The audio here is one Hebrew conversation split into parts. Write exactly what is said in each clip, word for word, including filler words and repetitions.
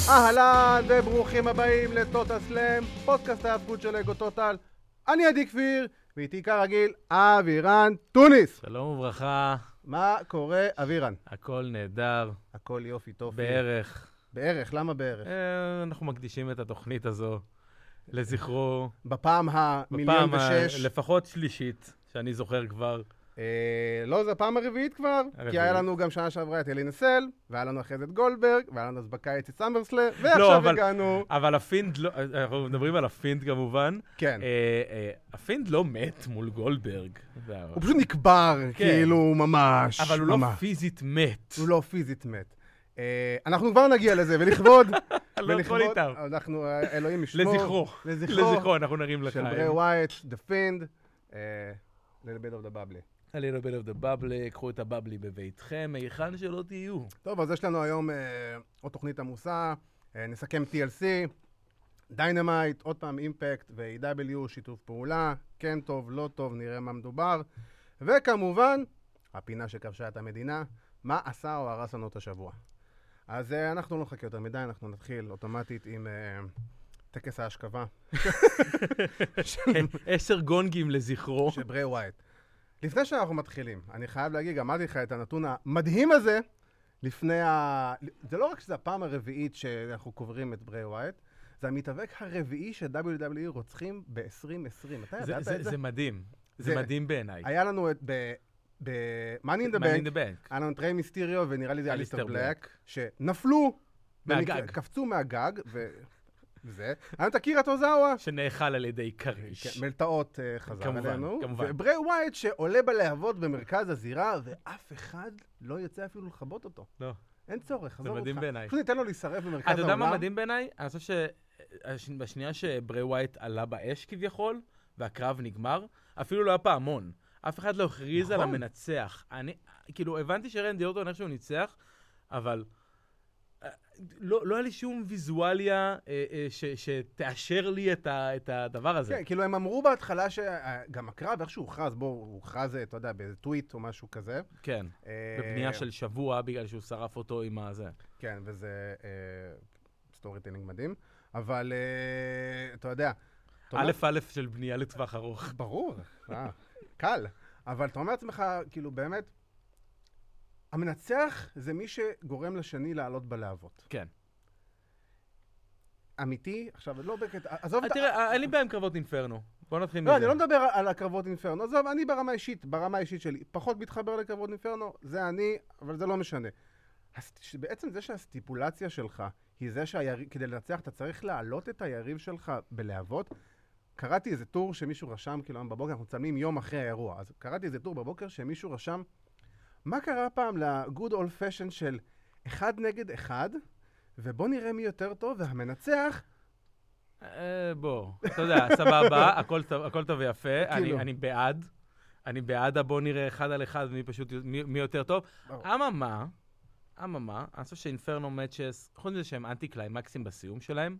אהלן וברוכים הבאים לטוטל סלאם, פודקאסט ההפקות של לגו טוטל. אני עדי כפיר, ואיתי כרגיל אבירן טוניס. שלום וברכה. מה קורה אבירן? הכל נהדר. הכל יופי טוב. בערך. בערך? למה בערך? אה, אנחנו מקדישים את התוכנית הזו לזכרו. בפעם המיליון בפעם ושש. ה- לפחות שלישית, שאני זוכר כבר. אה, לא, זה הפעם הרביעית כבר, הרביעית. כי היה לנו גם שנה שעברה את אלי נסל, והיה לנו אחרי זה את גולדברג, והיה לנו אז בקיץ את סמברסלר, לא, ועכשיו אבל- הגענו... אבל הפינד לא, אנחנו מדברים על הפינד כמובן. כן. אה, אה, הפינד לא מת מול גולדברג. הוא פשוט נקבר, כאילו, ממש. אבל הוא לא ממש. פיזית מת. הוא לא פיזית מת. אה, אנחנו כבר נגיע לזה, ולכבוד... לא יכול איתם. אנחנו, אה, אלוהים ישמור. לזכרו. לזכרו. לזכרו, אנחנו נרים לך. של ברי ווייט, The Fiend, אה, Little Bit of the Bubbly. A little bit of the bubbly, קחו את הבבלי בביתכם, היכן שלא תהיו. טוב, אז יש לנו היום אה, עוד תוכנית עמוסה, אה, נסכם טי אל סי, דיינמייט, עוד פעם אימפקט ו-איי דאבליו, שיתוף פעולה, כן טוב, לא טוב, נראה מה מדובר. וכמובן, הפינה שכבשה את המדינה, מה עשה או הרס לנו את השבוע. אז אה, אנחנו לא נחכה יותר מדי, אנחנו נתחיל אוטומטית עם אה, טקס ההשכבה. עשר גונגים לזכרו. של ברי ווייט. לפני שאנחנו מתחילים, אני חייב להגיד, גם אמרתי לך את הנתון המדהים הזה, לפני ה... זה לא רק שזה הפעם הרביעית שאנחנו קוברים את ברי ווייט, זה המתאבק הרביעי של דאבליו דאבליו אי רוצחים ב-עשרים עשרים. אתה זה, ידעת זה, את זה? זה מדהים. זה, זה- מדהים בעיניי. היה לנו את ב... ב-Money in the Money in Bank, the Bank. היה לנו את ריי מיסטיריו ונראה לי זה אליסטר אליסטר בלק, שנפלו, מהגג. במקרה- קפצו מהגג, ו... וזה. היה לנו את אקירה טוזאווה, שנאכל על ידי קריש. כן, מלטעות uh, חזר כמובן, אלינו. כמובן. וברי ווייט שעולה בלהבות במרכז הזירה, ואף אחד לא יוצא אפילו לכבות אותו. לא. אין צורך, עזוב אותך. מדהים בעיניי. פשוט ניתן לו להישרף במרכז העולם. אתה יודע מה מדהים בעיניי? אני חושב שבשנייה שברי ווייט עלה באש כביכול, והקרב נגמר, אפילו לא היה פעמון. אף אחד לא הכריז על נכון. המנצח. אני, כאילו, הבנתי שרנדי אורטון איך שהוא ניצח, אבל אה, לא, לא היה לי שום ויזואליה אה, אה, ש, שתאשר לי את, ה, את הדבר הזה. כן, כאילו הם אמרו בהתחלה שגם הקרב, איך שהוא הוכרז, בוא, הוא הוכרז, אתה יודע, באיזה טוויט או משהו כזה. כן. אה, בבנייה של שבוע, בגלל שהוא שרף אותו עם הזה. כן, וזה סטורי טלינג מדהים. אבל אה, אתה יודע... אתה אומר- א' א' של בנייה לטווח ארוך. ברור, אה, קל. אבל אתה אומר לעצמך, כאילו, באמת, המנצח זה מי שגורם לשני לעלות בלהבות. כן. אמיתי, עכשיו, לא בקטע, עזוב את... תראה, אין לי בעיה עם קרבות אינפרנו. בוא נתחיל מזה. לא, אני לא מדבר על הקרבות אינפרנו, עזוב, אני ברמה האישית, ברמה האישית שלי, פחות מתחבר לקרבות אינפרנו, זה אני, אבל זה לא משנה. הס- בעצם זה שהסטיפולציה שלך היא זה שכדי לנצח אתה צריך להעלות את היריב שלך בלהבות. קראתי איזה טור שמישהו רשם, כאילו היום בבוקר, אנחנו מצלמים יום אחרי האירוע, אז קראתי איזה טור בבוקר שמישהו רשם, מה קרה פעם ל-good old fashion של אחד נגד אחד, ובוא נראה מי יותר טוב, והמנצח, אה, בוא, אתה יודע, סבבה, הכל טוב- הכל טוב ויפה, אני כאילו. אני בעד. אני בעד הבוא נראה אחד על אחד מי פשוט, מי מי יותר טוב. ברור. אממה, אממה, אני חושב שאינפרנו מאצ'ס, חוץ מזה שהם אנטי קליימקסים בסיום שלהם,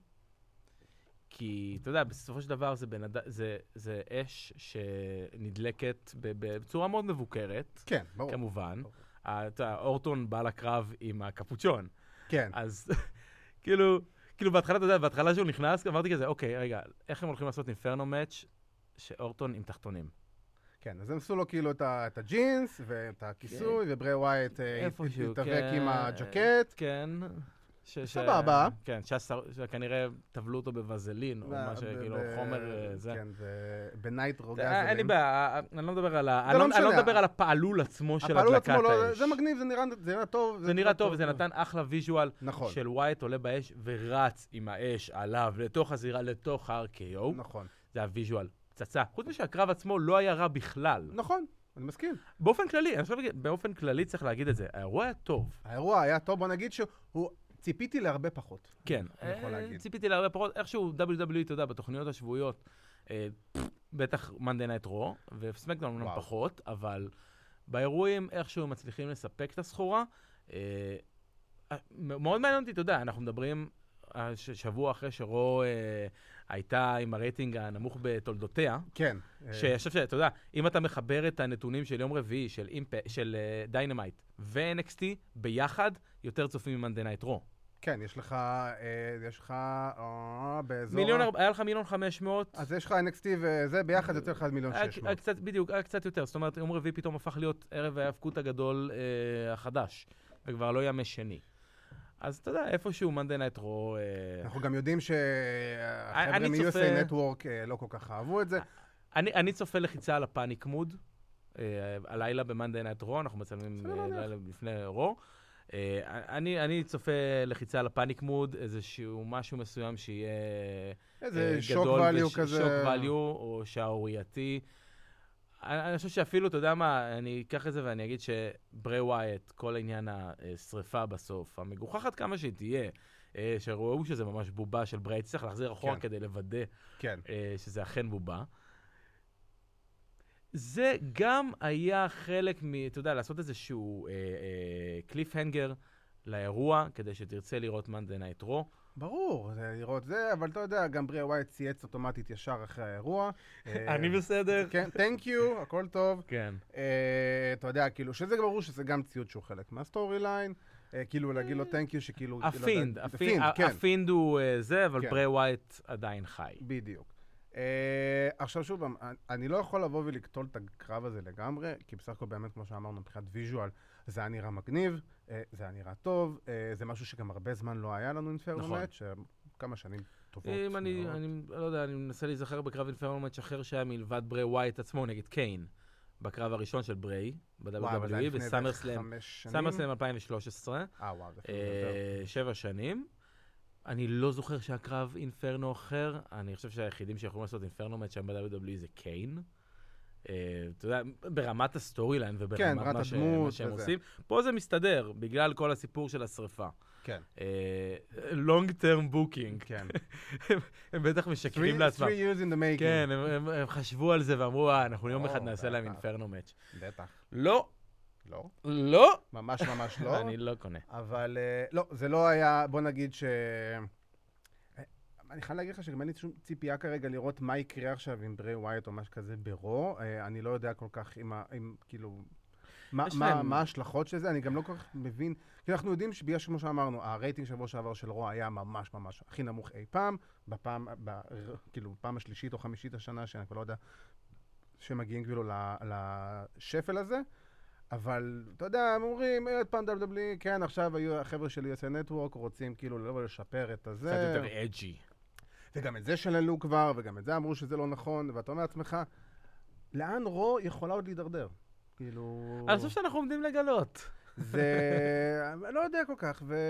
כי, אתה יודע, בסופו של דבר זה, בן אד... זה, זה אש שנדלקת ב- בצורה מאוד מבוקרת, כן, ברור. כמובן. ברור. ה- אתה יודע, אורטון בא לקרב עם הקפוצ'ון. כן. אז כאילו, כאילו בהתחלה, אתה יודע, בהתחלה שהוא נכנס, אמרתי כזה, אוקיי, רגע, איך הם הולכים לעשות אינפרנו מאץ' שאורטון עם תחתונים? כן, אז הם עשו לו כאילו את ה- את הג'ינס ואת הכיסוי, וברי ווייט אה, איפשהו, התאבק כן. עם הג'קט. כן. ש- ש- סבבה. כן, שהשר- שכנראה טבלו אותו בווזלין, או מה שכאילו, ב- חומר אה, זה. כן, ובנייטרו גז. אה, אין לי בעיה, אני לא מדבר על ה... זה אני לא לא- אני לא משנה. מדבר על הפעלול עצמו של הפעלול הדלקת עצמו לא, האש. זה מגניב, זה נראה זה נראה טוב. זה נראה טוב, זה נתן אחלה ויז'ואל נכון, של ווייט עולה באש ורץ עם האש עליו לתוך הזירה, לתוך ה-אר קיי או. נכון, זה הוויז'ואל, פצצה. חוץ משהקרב עצמו לא היה רע בכלל. נכון, אני מסכים. באופן כללי, אני חושב, באופן כללי צריך להגיד את זה, האירוע היה טוב. האירוע היה טוב, בוא נגיד שהוא, ציפיתי להרבה פחות. כן, אני יכול אה, להגיד. ציפיתי להרבה פחות, איכשהו דאבליו דאבליו אי, אתה יודע, בתוכניות השבועיות, אה, בטח Monday Night Raw, וסמקדאון אומנם וואו. פחות, אבל באירועים איכשהו מצליחים לספק את הסחורה. אה, אה, מאוד מעניין אותי, אתה יודע, אנחנו מדברים אה, ש- שבוע אחרי שרו אה, הייתה עם הרייטינג הנמוך בתולדותיה, כן. אה, שאני חושב שאתה יודע, אם אתה מחבר את הנתונים של יום רביעי, של, אימפ... של uh, דיינמייט ו-אן אקס טי ביחד, יותר צופים מ-Monday Night Raw. כן, יש לך, אה, יש לך, אה, באזור... מיליון, היה לך מיליון חמש מאות. אז יש לך אן אקס טי וזה, ביחד יוצא לך מיליון שש מאות. קצת, בדיוק, היה קצת יותר. זאת אומרת, יום רביעי פתאום הפך להיות ערב ההאבקות הגדול אה, החדש, וכבר לא ימי שני. אז אתה יודע, איפשהו Monday Night Raw... אה... אנחנו גם יודעים שהחבר'ה מ-יו אס איי Network אה, לא כל כך אהבו את זה. אני, אני צופה לחיצה על הפאניק מוד, אה, הלילה ב-Monday Night Raw, אנחנו מצלמים אה, לילה לפני Raw. אני, אני צופה לחיצה על הפאניק מוד, איזשהו משהו מסוים שיהיה איזה שוק ואליו כזה. שוק ואליו או שערורייתי. אני, אני חושב שאפילו, אתה יודע מה, אני אקח את זה ואני אגיד שברי ווייט, כל העניין השריפה בסוף, המגוחכת כמה שהיא תהיה, שראו שזה ממש בובה של ברי, צריך להחזיר אחורה כן. כדי לוודא כן. שזה אכן בובה. זה גם היה חלק מ... אתה יודע, לעשות איזשהו אה, אה, קליף-הנגר לאירוע, כדי שתרצה לראות Monday Night Raw. ברור, זה לראות זה, אבל אתה יודע, גם ברי ווייט צייץ אוטומטית ישר אחרי האירוע. אני בסדר. כן, thank you, הכל טוב. כן. אה, אתה יודע, כאילו, שזה ברור שזה גם ציוד שהוא חלק מהסטורי ליין, אה, כאילו להגיד לו thank you, שכאילו... הפינד, הפינד, כן. הפינד הוא uh, זה, אבל כן. ברי ווייט עדיין חי. בדיוק. Uh, עכשיו שוב, אני לא יכול לבוא ולקטול את הקרב הזה לגמרי, כי בסך הכל באמת, כמו שאמרנו, מבחינת ויז'ואל, זה היה נראה מגניב, uh, זה היה נראה טוב, uh, זה משהו שגם הרבה זמן לא היה לנו אינפרנו נכון. מאץ', שכמה שנים טובות. אם אני, אני לא יודע, אני מנסה להיזכר בקרב אינפרנו מאץ' אחר שהיה מלבד ברי ווייט עצמו, נגד קיין, בקרב הראשון של ברי, ב-דאבליו דאבליו אי, בסאמרסלאם, סאמרסלאם אלפיים ושלוש עשרה, אה וואו, זה uh, שבע שנים. אני לא זוכר שהקרב אינפרנו אחר, אני חושב שהיחידים שיכולים לעשות אינפרנו מאץ' שם ב-דאבליו דאבליו אי זה קיין. אתה יודע, ברמת הסטורי ליין וברמת מה שהם עושים. פה זה מסתדר, בגלל כל הסיפור של השריפה. כן. long term booking. כן. הם בטח משקרים לעצמם. three years in the making. כן, הם חשבו על זה ואמרו, אנחנו יום אחד נעשה להם אינפרנו מאץ'. בטח. לא. לא? לא. ממש ממש לא. אני לא קונה. אבל לא, זה לא היה, בוא נגיד ש... אני חייב להגיד לך שגם אין לי שום ציפייה כרגע לראות מה יקרה עכשיו עם ברי ווייט או משהו כזה ברו. אני לא יודע כל כך אם, כאילו, מה ההשלכות של זה. אני גם לא כל כך מבין. כי אנחנו יודעים שבגלל כמו שאמרנו, הרייטינג שבוע שעבר של רו היה ממש ממש הכי נמוך אי פעם. בפעם, כאילו, בפעם השלישית או חמישית השנה, שאני כבר לא יודע, שמגיעים כאילו לשפל הזה. אבל, אתה יודע, הם אומרים, עוד פעם דאבליו דאבליו אי, כן, עכשיו היו החבר'ה של יו אס איי Network רוצים כאילו לא לשפר את הזה. קצת יותר אג'י. וגם את זה שללו כבר, וגם את זה אמרו שזה לא נכון, ואתה אומר לעצמך, לאן רו יכולה עוד להידרדר? כאילו... אני חושב שאנחנו עומדים לגלות. זה... אני לא יודע כל כך, ו...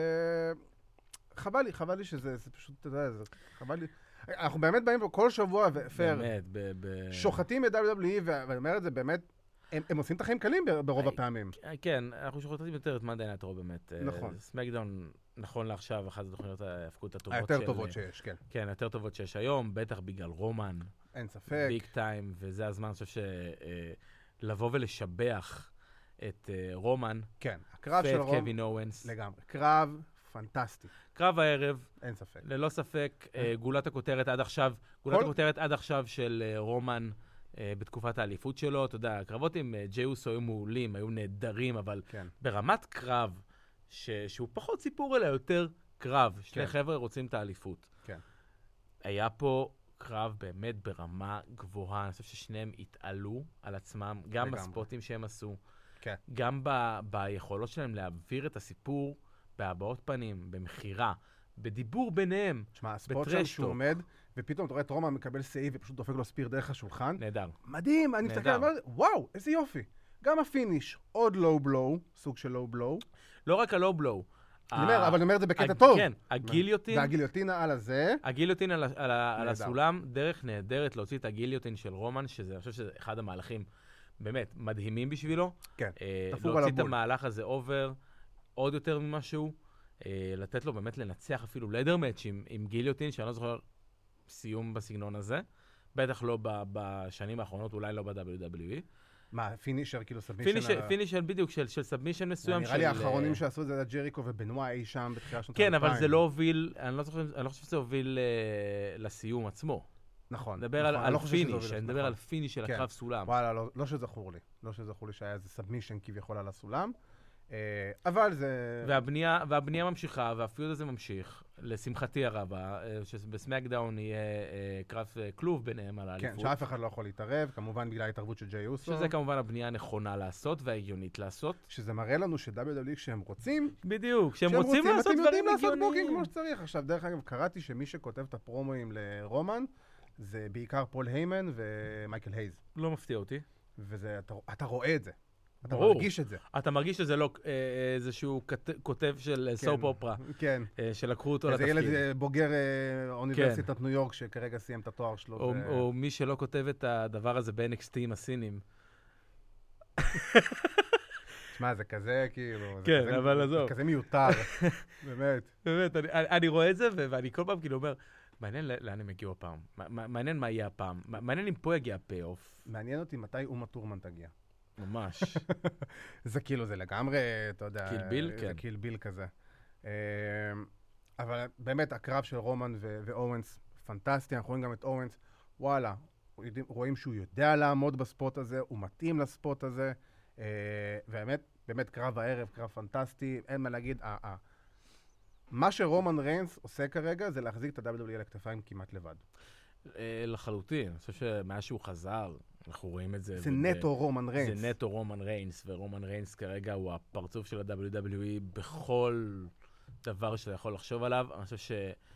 חבל לי, חבל לי שזה, זה פשוט, אתה יודע, זה חבל לי. אנחנו באמת באים פה כל שבוע, ופר, באמת, ב... ב... שוחטים את דאבליו דאבליו אי, ואני אומר את זה באמת, הם, הם עושים את החיים קלים ברוב הפעמים. כן, אנחנו שוחטים יותר את Monday Night Raw באמת. נכון. סמקדאון, נכון לעכשיו, אחת התוכניות ההפקות הטובות של... היותר טובות שיש, כן. כן, היותר טובות שיש היום, בטח בגלל רומן. אין ספק. ביג טיים, וזה הזמן, אני חושב שלבוא ולשבח את רומן. כן, הקרב של רום. ואת קווין אוונס. לגמרי. קרב פנטסטי. קרב הערב. אין ספק. ללא ספק, גולת הכותרת עד עכשיו, גולת הכותרת עד עכשיו של רומן, בתקופת האליפות שלו, אתה יודע, הקרבות עם ג'יי אוסו היו מעולים, היו נהדרים, אבל כן. ברמת קרב, ש... שהוא פחות סיפור אלא יותר קרב, שני כן. חבר'ה רוצים את האליפות. כן. היה פה קרב באמת ברמה גבוהה, אני חושב ששניהם התעלו על עצמם, גם לגמרי. בספוטים שהם עשו, כן. גם ב... ביכולות שלהם להעביר את הסיפור בהבעות פנים, במחירה, בדיבור ביניהם, שמה, הספוט שם שהוא עומד, ופתאום אתה רואה את רומא מקבל סעיף ופשוט דופק לו ספיר דרך השולחן. נהדר. מדהים, אני מסתכל, וואו, איזה יופי. גם הפיניש, עוד לואו בלואו, סוג של לואו בלואו. לא רק הלואו בלואו. אני אומר, אבל אני אומר את זה בקטע טוב. כן, הגיליוטין. והגיליוטינה על הזה. הגיליוטין על הסולם, דרך נהדרת להוציא את הגיליוטין של רומן, שזה, אני חושב שזה אחד המהלכים באמת מדהימים בשבילו. כן, תפור על הבול. להוציא את המהלך הזה אובר, עוד יותר ממשהו. לתת לו באמת לנצח אפילו לדר מאץ' עם, עם גיליוטין, שאני לא זוכר סיום בסגנון הזה. בטח לא ב, בשנים האחרונות, אולי לא ב-דאבליו דאבליו אי. מה, פינישר, כאילו סאבמישן? פינישר, פינישר בדיוק, של, של סאבמישן מסוים. נראה לי האחרונים שעשו את זה, ג'ריקו ובנואה אי שם בתחילה שנות כן, אבל זה לא הוביל, אני לא זוכר, אני לא חושב שזה הוביל לסיום עצמו. נכון. נדבר על, על פיניש, אני מדבר על פיניש של הקרב סולם. וואלה, לא, לא שזכור לי. לא שזכור לי שהיה איזה סאבמישן כביכול על הסולם. אה, אבל זה... והבנייה, והבנייה ממשיכה, והפיוד הזה ממשיך, לשמחתי הרבה, אה, שבסמקדאון יהיה אה, קרב אה, כלוב ביניהם על האליפות. כן, שאף אחד לא יכול להתערב, כמובן בגלל ההתערבות של ג'יי אוסו. שזה כמובן הבנייה הנכונה לעשות וההגיונית לעשות. שזה מראה לנו ש-דאבליו דאבליו אי כשהם רוצים, בדיוק, כשהם כשהם רוצים לעשות אתם יודעים דברים לעשות בוקינג הגיוניים. כמו שצריך. עכשיו, דרך אגב, קראתי שמי שכותב את הפרומואים לרומן, זה בעיקר פול היימן ומייקל הייז. לא מפתיע אותי. וזה, אתה, אתה רואה את זה. אתה ברור. מרגיש את זה. אתה מרגיש שזה לא אה, איזשהו כת- כותב של סופ אופרה, כן. אה, שלקחו אותו איזה לתפקיד. ילד אה, בוגר אה, אוניברסיטת ניו יורק שכרגע סיים את התואר שלו. או, ו- או מי שלא כותב את הדבר הזה ב-אן אקס טי עם הסינים. שמע, זה כזה כאילו... זה כן, כזה- אבל עזוב. זה כזה מיותר, באמת. באמת, אני, אני, אני רואה את זה, ו- ואני כל פעם כאילו אומר, מעניין ל- לאן הם יגיעו הפעם. מ- מ- מעניין מה יהיה הפעם. מ- מעניין אם פה יגיע פי-אוף. מעניין אותי מתי אומה טורמן תגיע. ממש. זה כאילו, זה לגמרי, אתה יודע... קיל ביל, זה כן. קיל ביל כזה. אה, אבל באמת, הקרב של רומן ו- ואורנס, פנטסטי, אנחנו רואים גם את אורנס, וואלה, יודעים- רואים שהוא יודע לעמוד בספוט הזה, הוא מתאים לספוט הזה, אה, והאמת, באמת קרב הערב, קרב פנטסטי, אין מה להגיד, ה- ה- מה שרומן ריינס עושה כרגע זה להחזיק את ה-דאבליו דאבליו אי על הכתפיים כמעט לבד. אה, לחלוטין. אני חושב שמאז שהוא חזר, אנחנו רואים את זה. זה ב- נטו רומן ריינס. זה נטו רומן ריינס, ורומן ריינס כרגע הוא הפרצוף של ה-דאבליו דאבליו אי בכל דבר שאתה יכול לחשוב עליו. אני חושב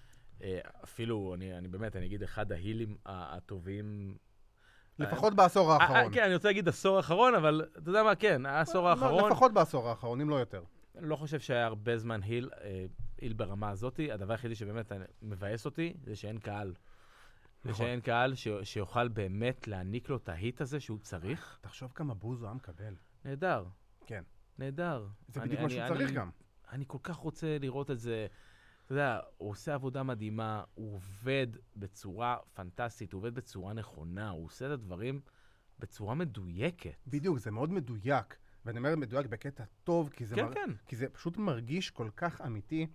שאפילו, אני, אני באמת, אני אגיד, אחד ההילים ה- הטובים. לפחות בעשור אה, האחרון. אה, כן, אני רוצה להגיד עשור האחרון, אבל אתה יודע מה, כן, העשור לא, האחרון, לפחות בעשור האחרון, אם לא יותר. אני לא חושב שהיה הרבה זמן היל, אה, היל ברמה הזאת. הדבר היחידי שבאמת מבאס אותי, זה שאין קהל. זה נכון. שאין קהל ש- שיוכל באמת להעניק לו את ההיט הזה שהוא צריך. תחשוב כמה בוז הוא היה מקבל. נהדר. כן. נהדר. זה אני- בדיוק מה אני- שהוא אני- צריך גם. אני כל כך רוצה לראות את זה. אתה יודע, הוא עושה עבודה מדהימה, הוא עובד בצורה פנטסטית, הוא עובד בצורה נכונה, הוא עושה את הדברים בצורה מדויקת. בדיוק, זה מאוד מדויק. ואני אומר מדויק בקטע טוב, כי זה, כן, מר... כן. כי זה פשוט מרגיש כל כך אמיתי.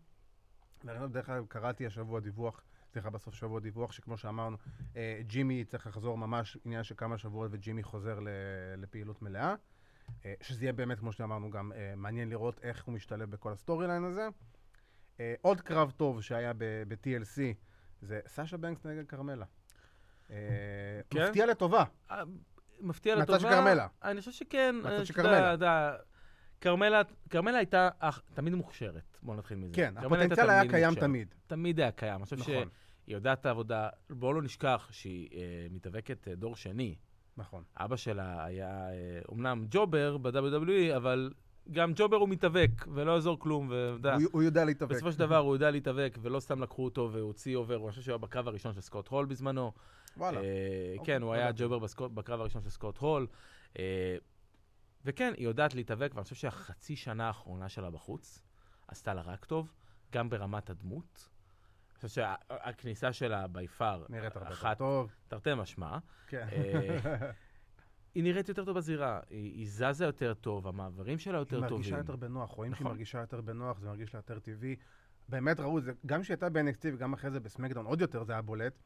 דרך אגב, קראתי השבוע דיווח, סליחה, בסוף שבוע דיווח, שכמו שאמרנו, אה, ג'ימי צריך לחזור ממש עניין של כמה שבועות, וג'ימי חוזר ל... לפעילות מלאה. אה, שזה יהיה באמת, כמו שאמרנו, גם אה, מעניין לראות איך הוא משתלב בכל הסטורי ליין הזה. אה, עוד קרב טוב שהיה ב-טי אל סי, זה סאשה בנקס נגד קרמלה. אה, כן? מפתיע לטובה. אה, מפתיע מהצד לטובה. של כרמלה. אני חושב שכן. מהצד אה, של אתה יודע, כרמלה. אתה יודע, כרמלה, כרמלה הייתה אח, תמיד מוכשרת. בוא נתחיל מזה. כן, כרמלה הייתה הפוטנציאל היה תמיד קיים מוכשרת. תמיד. תמיד היה קיים. אני חושב נכון. שהיא יודעת את העבודה. בואו לא נשכח שהיא אה, מתאבקת אה, דור שני. נכון. אבא שלה היה אה, אומנם ג'ובר ב-דאבליו דאבליו אי, אבל גם ג'ובר הוא מתאבק, ולא יעזור כלום, ואתה יודע, הוא, הוא יודע להתאבק. בסופו של דבר הוא יודע להתאבק, ולא סתם לקחו אותו והוציא אובר, הוא חושב שהוא היה בקרב הראשון של סקוט הול בזמנו. וואלה. אה, אוקיי, כן, הוא לא היה ידעתי. ג'ובר בסקוט- בקרב הראשון של סקוט הול. אה, וכן, היא יודעת להתאבק, ואני חושב שהחצי שנה האחרונה שלה בחוץ עשתה לה רק טוב, גם ברמת הדמות. אני חושב שהכניסה שלה ביפר, נראית הרבה יותר אחת, טוב. תרתי משמע, כן. אה, היא נראית יותר טוב בזירה, היא, היא זזה יותר טוב, המעברים שלה יותר היא טובים. מרגישה יותר בנוח, רואים שהיא נכון. מרגישה יותר בנוח, זה מרגיש לה יותר טבעי. באמת ראו, זה, גם כשהיא הייתה ב-אן אקס טי וגם אחרי זה בסמקדאון, עוד יותר זה היה בולט,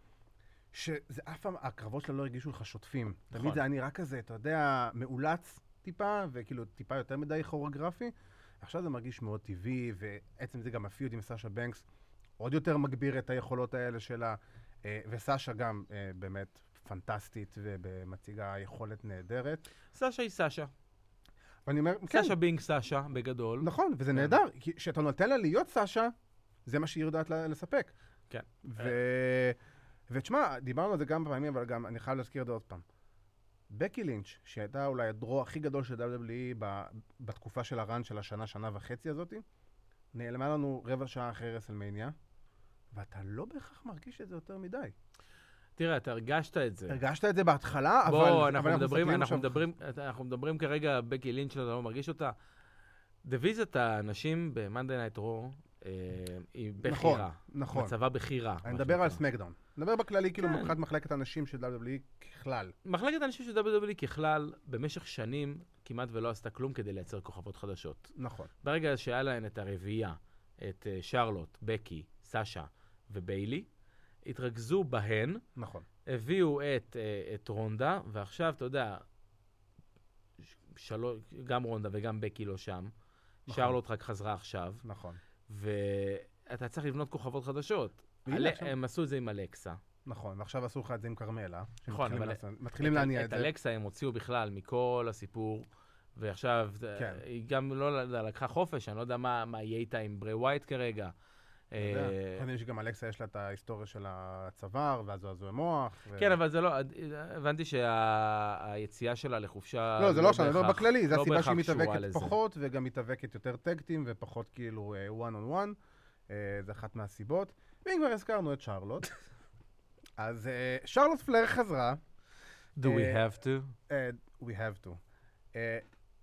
שזה אף פעם, הקרבות שלה לא הרגישו לך שוטפים. נכון. תמיד זה היה נראה כזה, אתה יודע, מאולץ טיפה, וכאילו טיפה יותר מדי כוריאוגרפי. עכשיו זה מרגיש מאוד טבעי, ועצם זה גם הפיוד עם סאשה בנקס, עוד יותר מגביר את היכולות האלה שלה, אה, וסאשה גם אה, באמת פנטסטית ומציגה יכולת נהדרת. סאשה היא סאשה. ואני אומר, כן, סאשה בינג סאשה, בגדול. נכון, וזה נהדר, כי כשאתה נותן לה להיות סאשה, זה מה שהיא יודעת ל- לספק. כן. ו... ותשמע, דיברנו על זה גם פעמים, אבל גם אני חייב להזכיר את זה עוד פעם. בקי לינץ', שהייתה אולי הדרור הכי גדול של דאבליו דאבליו אי ב- בתקופה של הרן של השנה, שנה וחצי הזאתי, נעלמה לנו רבע שעה אחרי רסלמניה, ואתה לא בהכרח מרגיש את זה יותר מדי. תראה, אתה הרגשת את זה. הרגשת את זה בהתחלה, אבל... בוא, אבל אנחנו מדברים, מסתכלים אנחנו עכשיו- מדברים, אנחנו מדברים כרגע, בקי לינץ', אתה לא מרגיש אותה. דיוויזיית הנשים ב-Monday Night Raw היא נכון, בחירה. נכון. מצבה בחירה. אני מה מדבר על שנקרא. סמקדאון. אני מדבר בכללי, כאילו, כן. מבחינת מחלקת הנשים של דאבליו דאבליו אי ככלל. מחלקת האנשים של דאבליו דאבליו אי ככלל, במשך שנים כמעט ולא עשתה כלום כדי לייצר כוכבות חדשות. נכון. ברגע שהיה להן את הרביעייה, את אה, שרלוט, בקי, סאשה וביילי, התרכזו בהן, נכון. הביאו את, אה, את רונדה, ועכשיו, אתה יודע, ש- שלוש, גם רונדה וגם בקי לא שם, נכון. שרלוט רק חזרה עכשיו. נכון. ואתה צריך לבנות כוכבות חדשות. והנה עכשיו- הם עשו את זה עם אלקסה. נכון, ועכשיו עשו לך את זה עם קרמלה. נכון, שמתחילים אבל- לעשות- מתחילים להניע את את זה. אלקסה הם הוציאו בכלל מכל הסיפור, ועכשיו כן. היא גם לא יודע, לקחה חופש, אני לא יודע מה מה יהיה איתה עם ברי ווייט כרגע. אתה יודע, אה, אנחנו יודעים שגם אלכסה יש לה את ההיסטוריה של הצוואר, והזועזועי מוח. ו- כן, אבל זה לא, הבנתי שהיציאה שלה לחופשה... לא, זה לא עכשיו, זה לא בהכרח- בכללי, זה לא הסיבה שהיא בהכרח קשורה מתאבקת לזה. פחות, וגם מתאבקת יותר טקטים, ופחות כאילו אה, one on one. אה, זה אחת מהסיבות. ואם כבר הזכרנו את שרלוט, אז אה, שרלוט פלר חזרה. Do we אה, have to? אה, we have to. אה,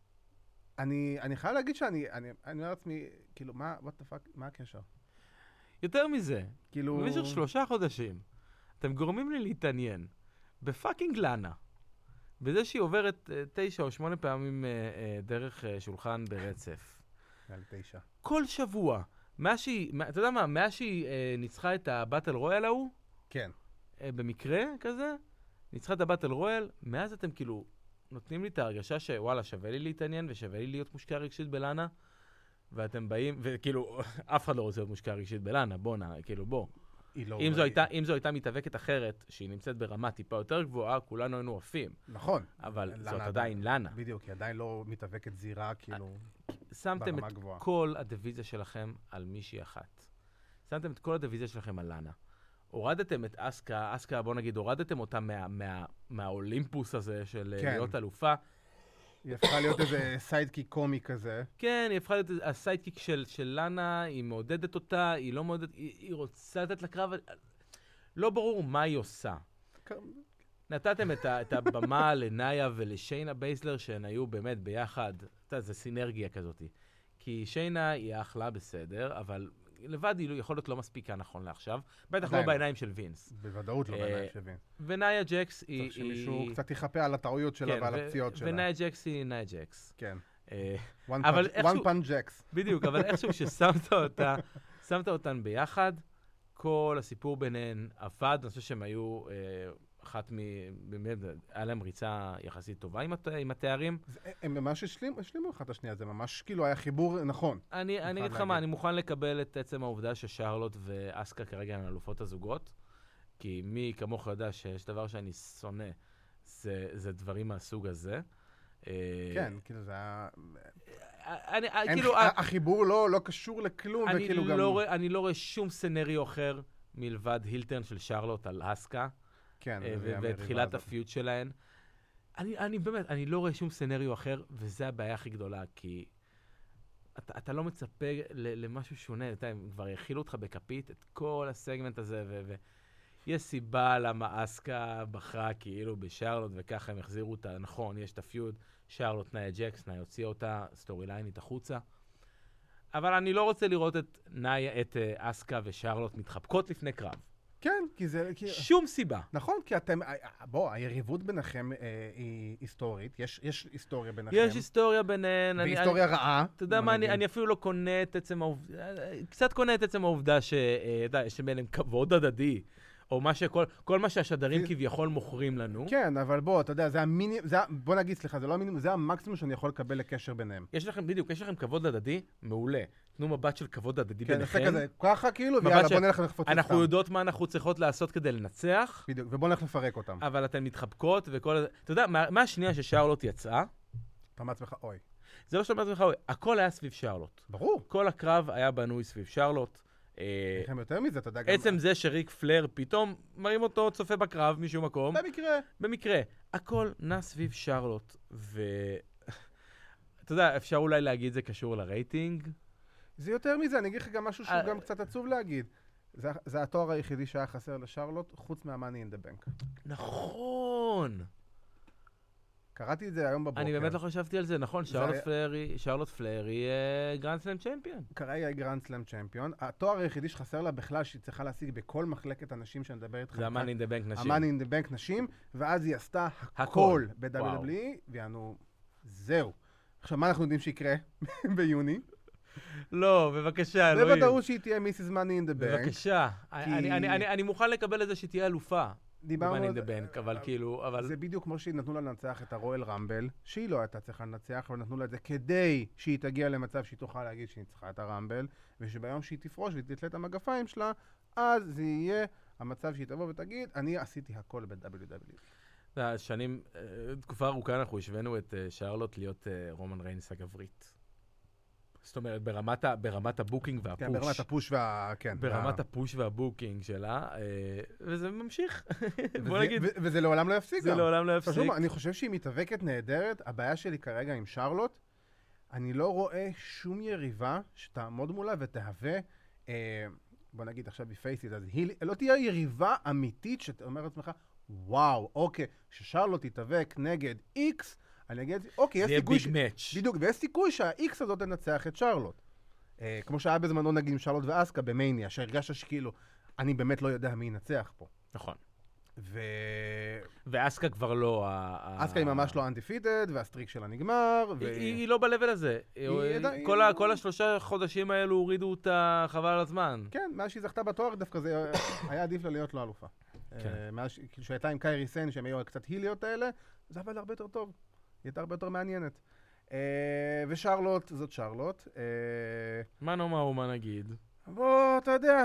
אני אני חייב להגיד שאני אני אני אומר לעצמי, כאילו, מה, what the fuck, מה הקשר? יותר מזה, כאילו... במשך שלושה חודשים, אתם גורמים לי להתעניין בפאקינג לאנה, בזה שהיא עוברת אה, תשע או שמונה פעמים אה, אה, דרך אה, שולחן ברצף. על תשע. כל שבוע, מאז שהיא, מה- אתה יודע מה, מאז שהיא אה, ניצחה את הבטל רויאל ההוא, כן. אה, במקרה כזה, ניצחה את הבטל רויאל, מאז אתם כאילו נותנים לי את ההרגשה שוואלה, שווה לי להתעניין ושווה לי להיות מושקע רגשית בלאנה, ואתם באים, וכאילו, אף אחד לא רוצה להיות מושקע רגשית בלאנה, בוא נע, כאילו בוא. היא לא... אם זו הייתה, אם זו הייתה מתאבקת אחרת, שהיא נמצאת ברמה טיפה יותר גבוהה, כולנו היינו עפים. נכון. אבל לאנה זאת עדיין לאנה. בדיוק, היא עדיין לא מתאבקת זירה, כאילו, שמתם ברמה את גבוהה. כל הדיוויזיה שלכם על מישהי אחת. שמתם את כל הדיוויזיה שלכם על לאנה. הורדתם את אסקה, אסקה, בוא נגיד, הורדתם אותה מה, מה, מהאולימפוס הזה של כן. להיות אלופה. היא הפכה להיות איזה סיידקיק קומי כזה. כן, היא הפכה להיות הסיידקיק של, של לאנה, היא מעודדת אותה, היא לא מעודדת, היא, היא רוצה לתת לקרב, לא ברור מה היא עושה. נתתם את, ה, את הבמה לנאיה ולשיינה בייסלר, שהן היו באמת ביחד, אתה יודע, זה סינרגיה כזאת. כי שיינה היא אחלה בסדר, אבל לבד היא יכול להיות לא מספיקה נכון לעכשיו, בטח עדיין לא לא. בעיניים של וינס. בוודאות לא אה, בעיניים שווין. ונאיה ג'קס היא... צריך שמישהו היא- קצת יכפה על הטעויות שלה כן, ועל ו- הפציעות שלה. ונאיה ג'קס היא נאיה ג'קס. כן. אה, one אבל punch- איכשהו- one punch jacks. בדיוק, אבל איכשהו ששמת אותה, שמת אותן ביחד, כל הסיפור ביניהן עבד, אני חושב שהם היו אה, אחת מ... באמת, היה להם ריצה יחסית טובה עם, הת... עם התארים. זה- הם ממש השלימו השלימו אחת את השנייה, זה ממש כאילו היה חיבור נכון. אני, אני אגיד לך להגיד. מה, אני מוכן לקבל את עצם העובדה ששרלוט ואסקה כרגע הן אלופות הזוגות, כי מי כמוך יודע שיש דבר שאני שונא, זה, זה דברים מהסוג הזה. אה, כן, כאילו זה היה... אני, אין- כאילו, ה- החיבור לא לא קשור לכלום, אני וכאילו גם... לא, רואה, אני לא רואה שום סצנריו אחר מלבד הילטרן של שרלוט על אסקה, כן, אה, זה ו- המריבה ותחילת הזאת. הפיוט שלהן. אני, אני באמת, אני לא רואה שום סצנריו אחר, וזה הבעיה הכי גדולה, כי אתה, אתה לא מצפה ל, למשהו שונה, אתה, הם כבר יכילו אותך בכפית, את כל הסגמנט הזה, ו... ו- יש סיבה למה אסקה בחרה כאילו בשרלוט, וככה הם החזירו אותה, נכון, יש את הפיוד, שרלוט נאיה ג'קס, נאיה הוציא אותה, סטורי ליינית החוצה. אבל אני לא רוצה לראות את נאיה, את uh, אסקה ושרלוט מתחבקות לפני קרב. כן, כי זה... כי- שום סיבה. נכון, כי אתם... בוא, היריבות ביניכם אה, היא היסטורית, יש יש היסטוריה ביניכם. יש היסטוריה ביניהן. אני- והיסטוריה אני- רעה. אתה יודע בוא מה, אני, נגיד. אני אפילו לא קונה את עצם העובדה, קצת קונה את עצם העובדה ש... אה, אתה יודע, יש ביניהם כבוד הדדי, או מה שכל, כל מה שהשדרים זה- כביכול מוכרים לנו. כן, אבל בוא, אתה יודע, זה המינימום, זה ה- בוא נגיד, סליחה, זה לא המינימום, זה המקסימום שאני יכול לקבל לקשר ביניהם. יש לכם, בדיוק, יש לכם כבוד הדדי, מעולה. תנו מבט של כבוד הדדי כן, נעשה ביניכם. כזה, ככה כאילו, מבט ויאללה, של- בוא נלך לחפוץ אנחנו סתם. יודעות מה אנחנו צריכות לעשות כדי לנצח, בדיוק, ובוא נלך לפרק אותם. אבל אתן מתחבקות וכל... הזה- אתה יודע, מה- מה השנייה ששרלוט יצאה? אתה אומר לעצמך, אוי. זה לא שאתה אומר לעצמך, "אוי", הכל היה סביב שרלוט. ברור. כל הקרב היה בנוי סביב שרלוט. אה, לכם יותר מזה, אתה יודע גם... עצם זה שריק פלר פתאום מרים אותו צופה בקרב משום מקום, במקרה. במקרה, הכל נע סביב שרלוט, ו... אתה יודע, אפשר אולי להגיד זה קשור לרייטינג? זה יותר מזה, אני אגיד לך גם משהו שהוא אה, גם קצת עצוב להגיד. זה- זה התואר היחידי שהיה חסר לשרלוט, חוץ מה-Money in the Bank. נכון. קראתי את זה היום בבוקר. אני באמת לא חשבתי על זה, נכון, זה שרלוט היה- פלר היא- שרלוט פלר היא גרנד סלאם צ'מפיון. כרגע היא גרנד סלאם צ'מפיון. התואר היחידי שחסר לה בכלל, שהיא צריכה להשיג בכל מחלקת הנשים שאני מדבר איתך. זה ה-Money in the Bank נשים. ה-Money in the Bank נשים, ואז היא עשתה הכל. הכל ב-דאבליו וואו. דאבליו אי, ויענו, זהו. עכשיו, מה אנחנו יודעים שיקרה ביוני? לא, בבקשה, אלוהים. בוודאות שהיא תהיה מיסיס Money in the Bank. בבקשה. כי- אני- אני- אני אני מוכן לקבל את זה שהיא תהיה אלופה, דיברנו... ב-Money in the Bank, אבל כאילו, אבל... זה בדיוק כמו שנתנו לה לנצח את הרואל רמבל, שהיא לא הייתה צריכה לנצח, אבל נתנו לה את זה כדי שהיא תגיע למצב שהיא תוכל להגיד שהיא ניצחה את הרמבל, ושביום שהיא תפרוש ותתלה את המגפיים שלה, אז זה יהיה המצב שהיא תבוא ותגיד, אני עשיתי הכל ב-דאבליו דאבליו אי. שנים, תקופה ארוכה אנחנו השווינו את שרלוט להיות רומן ריינס הגברית. זאת אומרת, ברמת, ה, ברמת הבוקינג והפוש. כן, ברמת הפוש וה... כן. ברמת וה... הפוש והבוקינג שלה, וזה ממשיך. בוא וזה, נגיד. ו- וזה לעולם לא יפסיק. זה לעולם לא יפסיק. פשוט, אני חושב שהיא מתאבקת נהדרת. הבעיה שלי כרגע עם שרלוט, אני לא רואה שום יריבה שתעמוד מולה ותהווה, אה, בוא נגיד עכשיו בפייסיט, אז היא לא תהיה יריבה אמיתית שאתה אומר לעצמך, וואו, אוקיי, ששרלוט תתאבק נגד איקס, אני אגיד, אוקיי, יש סיכוי... זה יהיה ביג מאץ'. בדיוק, ויש סיכוי שה-X הזאת תנצח את שרלוט. אה, כמו שהיה בזמנו נגיד עם שרלוט ואסקה במאניה, שהרגשת שכאילו, אני באמת לא יודע מי ינצח פה. נכון. ו... ואסקה כבר לא... אסקה היא ממש לא undefeated, והסטריק שלה נגמר. ו... היא, היא לא ב-level הזה. היא, היא... כל, ה, כל השלושה חודשים האלו הורידו אותה חבל על הזמן. כן, מאז שהיא זכתה בתואר דווקא זה היה עדיף לה להיות לא אלופה. כן. מאז שהייתה עם קיירי סן, שהם היו קצת היליות האלה, זה עבד הרבה יותר טוב. היא הייתה הרבה יותר מעניינת. ושרלוט, זאת שרלוט. מה נאמר ומה נגיד? בוא, אתה יודע,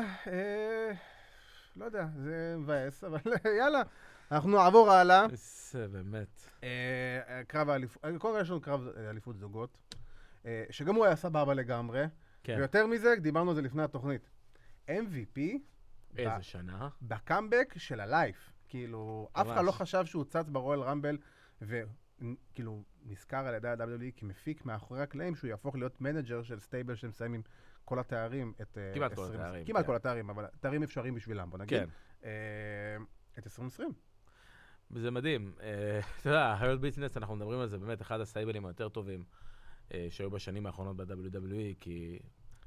לא יודע, זה מבאס, אבל יאללה, אנחנו נעבור הלאה. זה באמת. קרב האליפות, קודם כל יש לנו קרב אליפות זוגות, שגם הוא היה סבבה לגמרי, ויותר מזה, דיברנו על זה לפני התוכנית. אם וי פי, איזה שנה? בקאמבק של הלייף. כאילו, אף אחד לא חשב שהוא צץ ברואל רמבל, וכאילו נזכר על ידי ה-דאבליו דאבליו אי כמפיק מאחורי הקלעים, שהוא יהפוך להיות מנג'ר של סטייבל שמסיים עם כל התארים. כמעט כל התארים. כמעט כל התארים, אבל תארים אפשריים בשבילם, בוא נגיד. כן. את עשרים עשרים. זה מדהים. אתה יודע, ה-Hurt Business, אנחנו מדברים על זה, באמת אחד הסטייבלים היותר טובים שהיו בשנים האחרונות ב-דאבליו דאבליו אי, כי...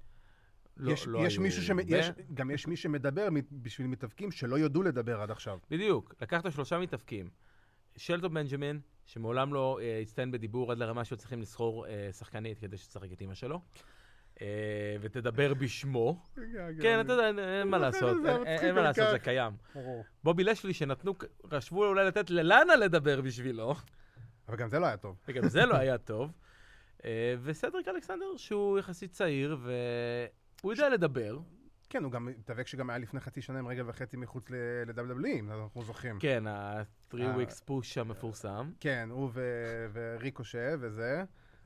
גם יש מי שמדבר בשביל מתאבקים שלא יודעו לדבר עד עכשיו. בדיוק. לקחת שלושה מתאבקים. שלטון בנג'מין, שמעולם לא הצטיין בדיבור עד לרמה שהוא צריכים לסחור שחקנית כדי שתשחק את אמא שלו, ותדבר בשמו. כן, אתה יודע, אין מה לעשות. אין מה לעשות, זה קיים. בובי לשלי שנתנו, חשבו אולי לתת ללאנה לדבר בשבילו. אבל גם זה לא היה טוב. וגם זה לא היה טוב. וסדריק אלכסנדר, שהוא יחסית צעיר, והוא יודע לדבר. כן, הוא גם מתאבק שגם היה לפני חצי שנה עם רגל וחצי מחוץ ל-דאבליו דאבליו אי, אם אנחנו זוכרים. כן, ה-three weeks push המפורסם. כן, הוא וריקושה וזה.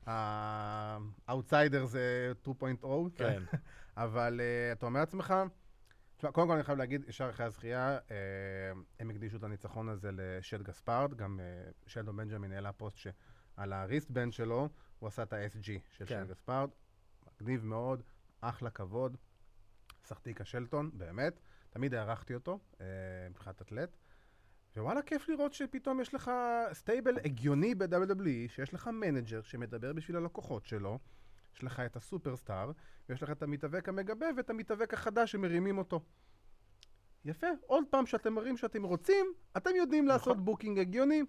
האוטסיידר זה שתיים נקודה אפס. כן. אבל אתה אומר לעצמך, קודם כל אני חייב להגיד, ישר אחרי הזכייה, הם הקדישו את הניצחון הזה לשד גספרד, גם שלדון בנג'מין העלה פוסט שעל הריסטבנד שלו, הוא עשה את ה-אס ג'י של שד גספרד. מגניב מאוד, אחלה כבוד. שחקתי שלטון, באמת. תמיד הערכתי אותו, מבחינת אתלט. ווואלה, כיף לראות שפתאום יש לך סטייבל הגיוני ב-דאבליו דאבליו אי, שיש לך מנג'ר שמדבר בשביל הלקוחות שלו, יש לך את הסופרסטאר, ויש לך את המתאבק המגבה ואת המתאבק החדש שמרימים אותו. יפה. עוד פעם שאתם מראים שאתם רוצים, אתם יודעים לעשות בוקינג הגיוני.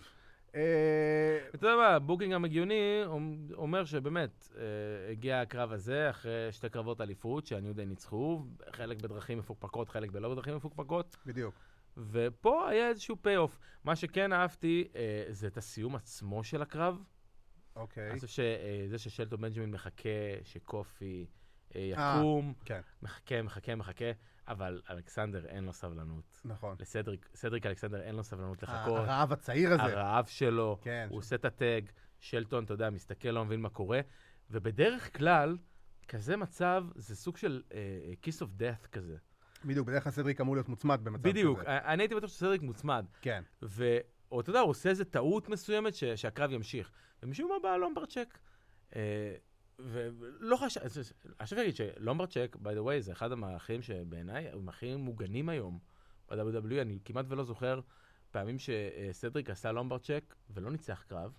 אתה יודע מה, בוקינג המגיוני אומר שבאמת הגיע הקרב הזה אחרי שתי קרבות אליפות שאני יודע ניצחו, חלק בדרכים מפוקפקות, חלק בלא בדרכים מפוקפקות. בדיוק. ופה היה איזשהו פי-אוף. מה שכן אהבתי זה את הסיום עצמו של הקרב. אוקיי. אני חושב שזה ששלטון בנג'מין מחכה שקופי יקום, מחכה, מחכה, מחכה. אבל אלכסנדר אין לו סבלנות. נכון. לסדריק, סדריק אלכסנדר אין לו סבלנות לחכות. הרעב הצעיר הזה. הרעב שלו. כן. הוא עושה את הטג, שלטון, אתה יודע, מסתכל, לא מבין מה קורה. ובדרך כלל, כזה מצב, זה סוג של uh, kiss of death כזה. בדיוק, בדרך כלל סדריק אמור להיות מוצמד במצב בדיוק, כזה. בדיוק, אני הייתי בטוח שסדריק מוצמד. כן. ו... או אתה יודע, הוא עושה איזו טעות מסוימת ש... שהקרב ימשיך. ומשום מה בא לומברצ'ק, אה, ולא חשב, אני חושב להגיד שלומברצ'ק, by the way, זה אחד המערכים שבעיניי הם הכי מוגנים היום ב-דאבליו דאבליו אי. אני כמעט ולא זוכר פעמים שסדריק עשה לומברצ'ק ולא ניצח קרב.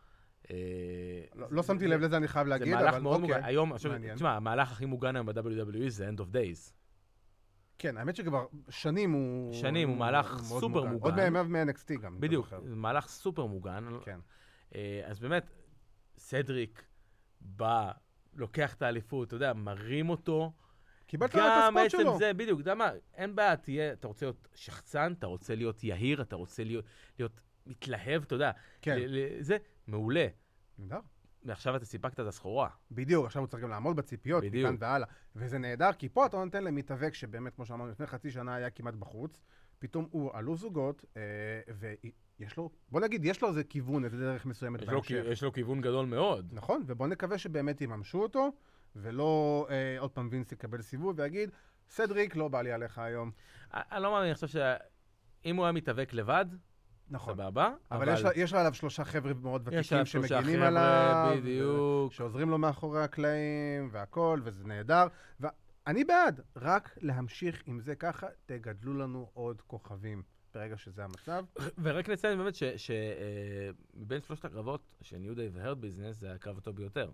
לא שמתי לב לזה, אני חייב להגיד, אבל אוקיי. זה מהלך מאוד מוגן. היום, תשמע, המהלך הכי מוגן היום ב-דאבליו דאבליו אי זה End of Days. כן, האמת שכבר שנים הוא... שנים, הוא מהלך סופר מוגן. עוד בימיו מ-אן אקס טי גם. בדיוק, זה מהלך סופר מוגן. כן. אז באמת, סדריק בא, לוקח את האליפות, אתה יודע, מרים אותו, קיבלת את גם הספוט שלו. עצם זה, בדיוק, אתה יודע מה, אין בעיה, תהיה, אתה רוצה להיות שחצן, אתה רוצה להיות יהיר, אתה רוצה להיות, להיות מתלהב, אתה יודע. כן. ל- ל- זה מעולה. נהדר. ועכשיו אתה סיפקת את הסחורה. בדיוק, עכשיו הוא צריך גם לעמוד בציפיות, בדיוק. מכאן והלאה. וזה נהדר, כי פה אתה נותן למתאבק שבאמת, כמו שאמרנו, לפני חצי שנה היה כמעט בחוץ, פתאום הוא עלו זוגות, אה, ויש לו, בוא נגיד, יש לו איזה כיוון, איזה דרך מסוימת יש לו, בהמשך. יש לו כיוון גדול מאוד. נכון, ובוא נקווה שבאמת יממשו אותו, ולא אה, עוד פעם וינס יקבל סיבוב ויגיד, סדריק, לא בא לי עליך היום. אני לא מאמין, אני חושב שאם הוא היה מתאבק לבד, נכון. סבבה. אבל, אבל... יש, לה, יש לה עליו שלושה חבר'ה מאוד ותיקים שמגינים חבר'ה, עליו. בדיוק. שעוזרים לו מאחורי הקלעים והכל, וזה נהדר. ואני בעד, רק להמשיך עם זה ככה, תגדלו לנו עוד כוכבים ברגע שזה המצב. ורק נציין באמת שמבין שלושת הקרבות של ניו דיי והרד ביזנס, זה הקרב הטוב ביותר.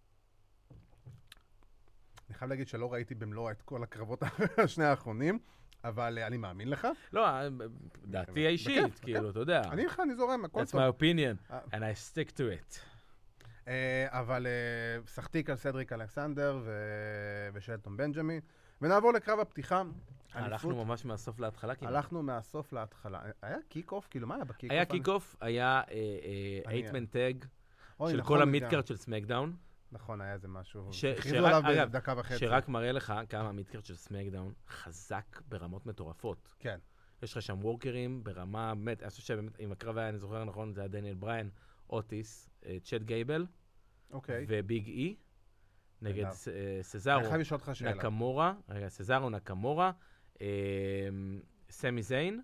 אני חייב להגיד שלא ראיתי במלוא את כל הקרבות השני האחרונים, אבל אני מאמין לך. לא, דעתי האישית, כאילו, אתה יודע. אני לך, אני זורם, הכל That's טוב. my opinion, and I stick to it. אבל שחתיק על סדריק אלכסנדר ושלטון בנג'מין, ונעבור לקרב הפתיחה. הלכנו ממש מהסוף להתחלה. הלכנו מהסוף להתחלה. היה קיק-אוף? כאילו, מה היה בקיק-אוף? היה קיק-אוף, היה אייטמן טאג של כל המידקארט של סמקדאון. נכון, היה איזה משהו. ש- הכריזו שרק- עליו אגב, בדקה וחצי. שרק מראה לך כמה המידקארט של סמקדאון חזק ברמות מטורפות. כן. יש לך שם וורקרים ברמה, באמת, אני חושב שבאמת, אם הקרב היה, אני זוכר נכון, זה היה דניאל בריין, אוטיס, אה, צ'ט גייבל, אוקיי. וביג אי, נגד נהדר. ס- אה, סזארו, אני חייב לשאול אותך שאלה. נקמורה, רגע, סזארו, נקמורה, אה, סמי זיין,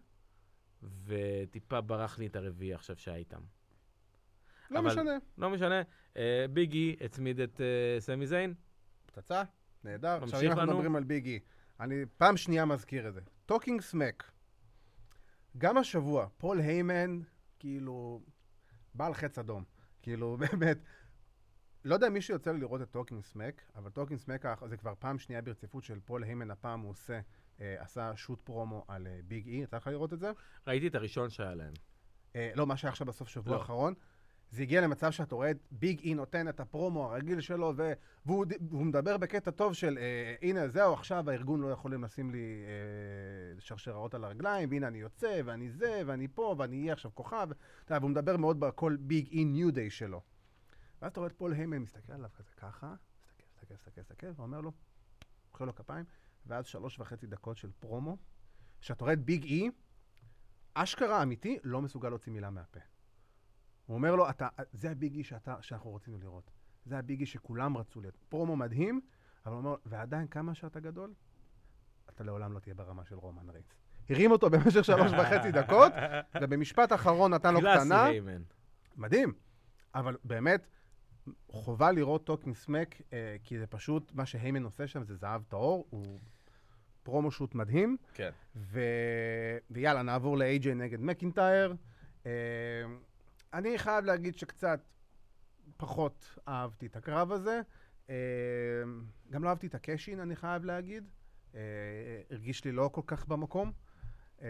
וטיפה ברח לי את הרביעי עכשיו שהיה איתם. לא אבל- משנה. לא משנה, אה, ביג אי הצמיד את אה, סמי זיין, פצצה, נהדר. עכשיו, ממשיך אם אנחנו לנו. מדברים על ביג אי, אני פעם שנייה מזכיר את זה. טוקינג סמק. גם השבוע, פול היימן, כאילו, בעל חץ אדום. כאילו, באמת, לא יודע אם מישהו יוצא לי לראות את טוקינג סמק, אבל טוקינג סמק זה כבר פעם שנייה ברציפות של פול היימן, הפעם הוא עושה, אה, עשה שוט פרומו על אה, ביג אי, יצא לך לראות את זה? ראיתי את הראשון שהיה להם. אה, לא, מה שהיה עכשיו בסוף שבוע לא. האחרון. זה הגיע למצב שאתה רואה את ביג אי נותן את הפרומו הרגיל שלו, ו... והוא, והוא מדבר בקטע טוב של, אה, הנה, זהו, עכשיו הארגון לא יכולים לשים לי אה, שרשראות על הרגליים, והנה אני יוצא, ואני זה, ואני פה, ואני אהיה עכשיו כוכב. אתה יודע, והוא מדבר מאוד בכל ביג אי ניו דיי שלו. ואז אתה רואה את פול היימן מסתכל עליו כזה ככה, מסתכל, מסתכל, מסתכל, מסתכל, ואומר לו, אוכל לו כפיים, ואז שלוש וחצי דקות של פרומו, שאתה רואה את ביג אי, אשכרה אמיתי, לא מסוגל להוציא מילה מהפה. הוא אומר לו, אתה, זה הביגי שאתה, שאנחנו רצינו לראות. זה הביגי שכולם רצו לראות. פרומו מדהים, אבל הוא אומר, ועדיין כמה שאתה גדול, אתה לעולם לא תהיה ברמה של רומן ריינס. הרים אותו במשך שלוש וחצי דקות, ובמשפט אחרון נתן לו קלאסי קטנה. היימן. מדהים. אבל באמת, חובה לראות טוקינג סמק, אה, כי זה פשוט, מה שהיימן עושה שם זה זהב טהור, הוא פרומו שוט מדהים. כן. ו... ויאללה, נעבור ל-איי ג'יי נגד מקינטייר. אה, אני חייב להגיד שקצת פחות אהבתי את הקרב הזה. אה, גם לא אהבתי את הקשין, אני חייב להגיד. אה, הרגיש לי לא כל כך במקום. אה,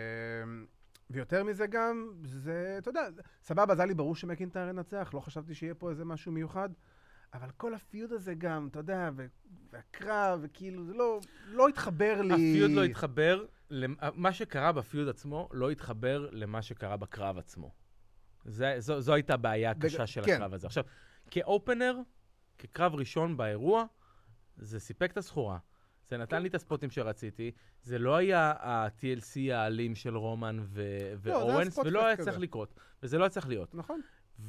ויותר מזה גם, זה, אתה יודע, סבבה, זה היה לי ברור שמקינטייר ינצח, לא חשבתי שיהיה פה איזה משהו מיוחד. אבל כל הפיוד הזה גם, אתה יודע, והקרב, וכאילו, זה לא, לא התחבר לי. הפיוד לא התחבר, מה שקרה בפיוד עצמו לא התחבר למה שקרה בקרב עצמו. זה, זו, זו הייתה הבעיה הקשה בג... של כן. הקרב הזה. עכשיו, כאופנר, כקרב ראשון באירוע, זה סיפק את הסחורה. זה נתן לי את הספוטים שרציתי. זה לא היה ה-טי אל סי האלים של רומן ו- לא, ואורנס, ולא היה צריך לקרות. וזה לא היה צריך להיות. נכון.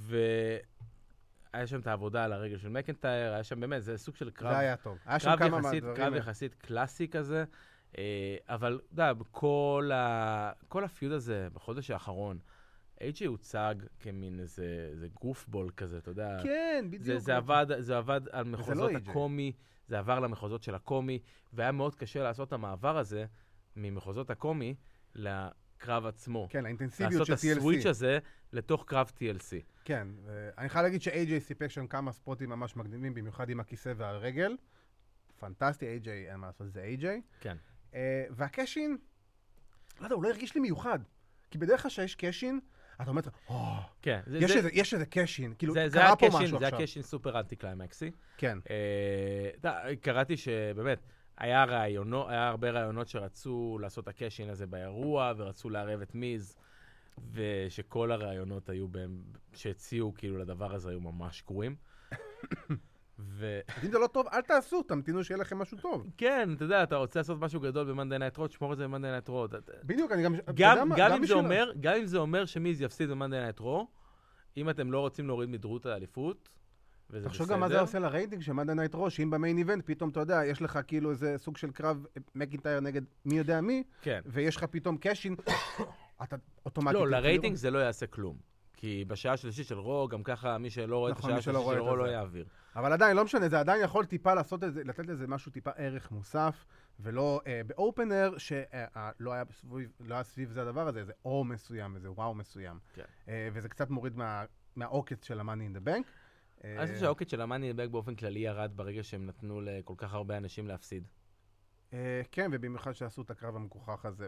והיה שם את העבודה על הרגל של מקינטייר, היה שם באמת, זה סוג של קרב. זה היה טוב. היה שם קרב כמה יחסית, מהדברים. קרב יחסית קלאסי כזה. אה, אבל, אתה יודע, כל ה- כל הפיוד הזה בחודש האחרון, איי ג'יי הוצג כמין איזה, איזה גופבול כזה, אתה יודע. כן, בדיוק. זה, זה, עבד, זה עבד על מחוזות לא איי ג'יי. הקומי, זה עבר למחוזות של הקומי, והיה מאוד קשה לעשות את המעבר הזה ממחוזות הקומי לקרב עצמו. כן, האינטנסיביות לעשות של את טי אל סי. הסוויץ' הזה לתוך קרב טי אל סי. כן, אני חייב להגיד ש-איי ג'יי סיפק שם כמה ספוטים ממש מקדימים, במיוחד עם הכיסא והרגל. פנטסטי, איי ג'יי, אין מה לעשות, זה איי ג'יי. כן. והקשין, לא יודע, הוא לא הרגיש לי מיוחד. כי בדרך כלל שיש קשין, אתה אומר, כן. זה, יש זה, איזה, יש איזה קשין, כאילו, זה, זה קרה פה הקשין, משהו זה עכשיו. הקשין סופר אנטי קליימקסי. כן. אה, דה, קראתי שבאמת, היה רעיונות, היה הרבה רעיונות שרצו לעשות הקאשין הזה באירוע, ורצו לערב את מיז, ושכל הרעיונות היו בהם, שהציעו כאילו לדבר הזה היו ממש גרועים. ו... אם זה לא טוב, אל תעשו, תמתינו שיהיה לכם משהו טוב. כן, אתה יודע, אתה רוצה לעשות משהו גדול במנדי נייט רוד, שמור את זה במנדי נייט רוד. בדיוק, אני גם... גם, גם, אם זה אומר, גם אם זה אומר שמיז יפסיד במנדי נייט רוד, אם אתם לא רוצים להוריד מדרות האליפות, וזה בסדר. תחשוב גם מה זה עושה לרייטינג של מנדי נייט רוד, שאם במיין איבנט פתאום, אתה יודע, יש לך כאילו איזה סוג של קרב מקינטייר נגד מי יודע מי, כן. ויש לך פתאום קאשין, אתה אוטומטית... לא, לרייטינג זה לא יעשה כלום. כי בשעה השלישית של רו, גם ככה מי שלא רואה את השעה השלישית של רו לא יעביר. אבל עדיין, לא משנה, זה עדיין יכול טיפה לעשות את זה, לתת לזה משהו טיפה ערך מוסף, ולא באופנר, שלא היה סביב זה הדבר הזה, זה אור מסוים, איזה וואו מסוים. וזה קצת מוריד מהעוקץ של ה-Money in the Bank. אני חושב שהעוקץ של ה-Money in the Bank באופן כללי ירד ברגע שהם נתנו לכל כך הרבה אנשים להפסיד. כן, ובמיוחד שעשו את הקרב המכוחך הזה.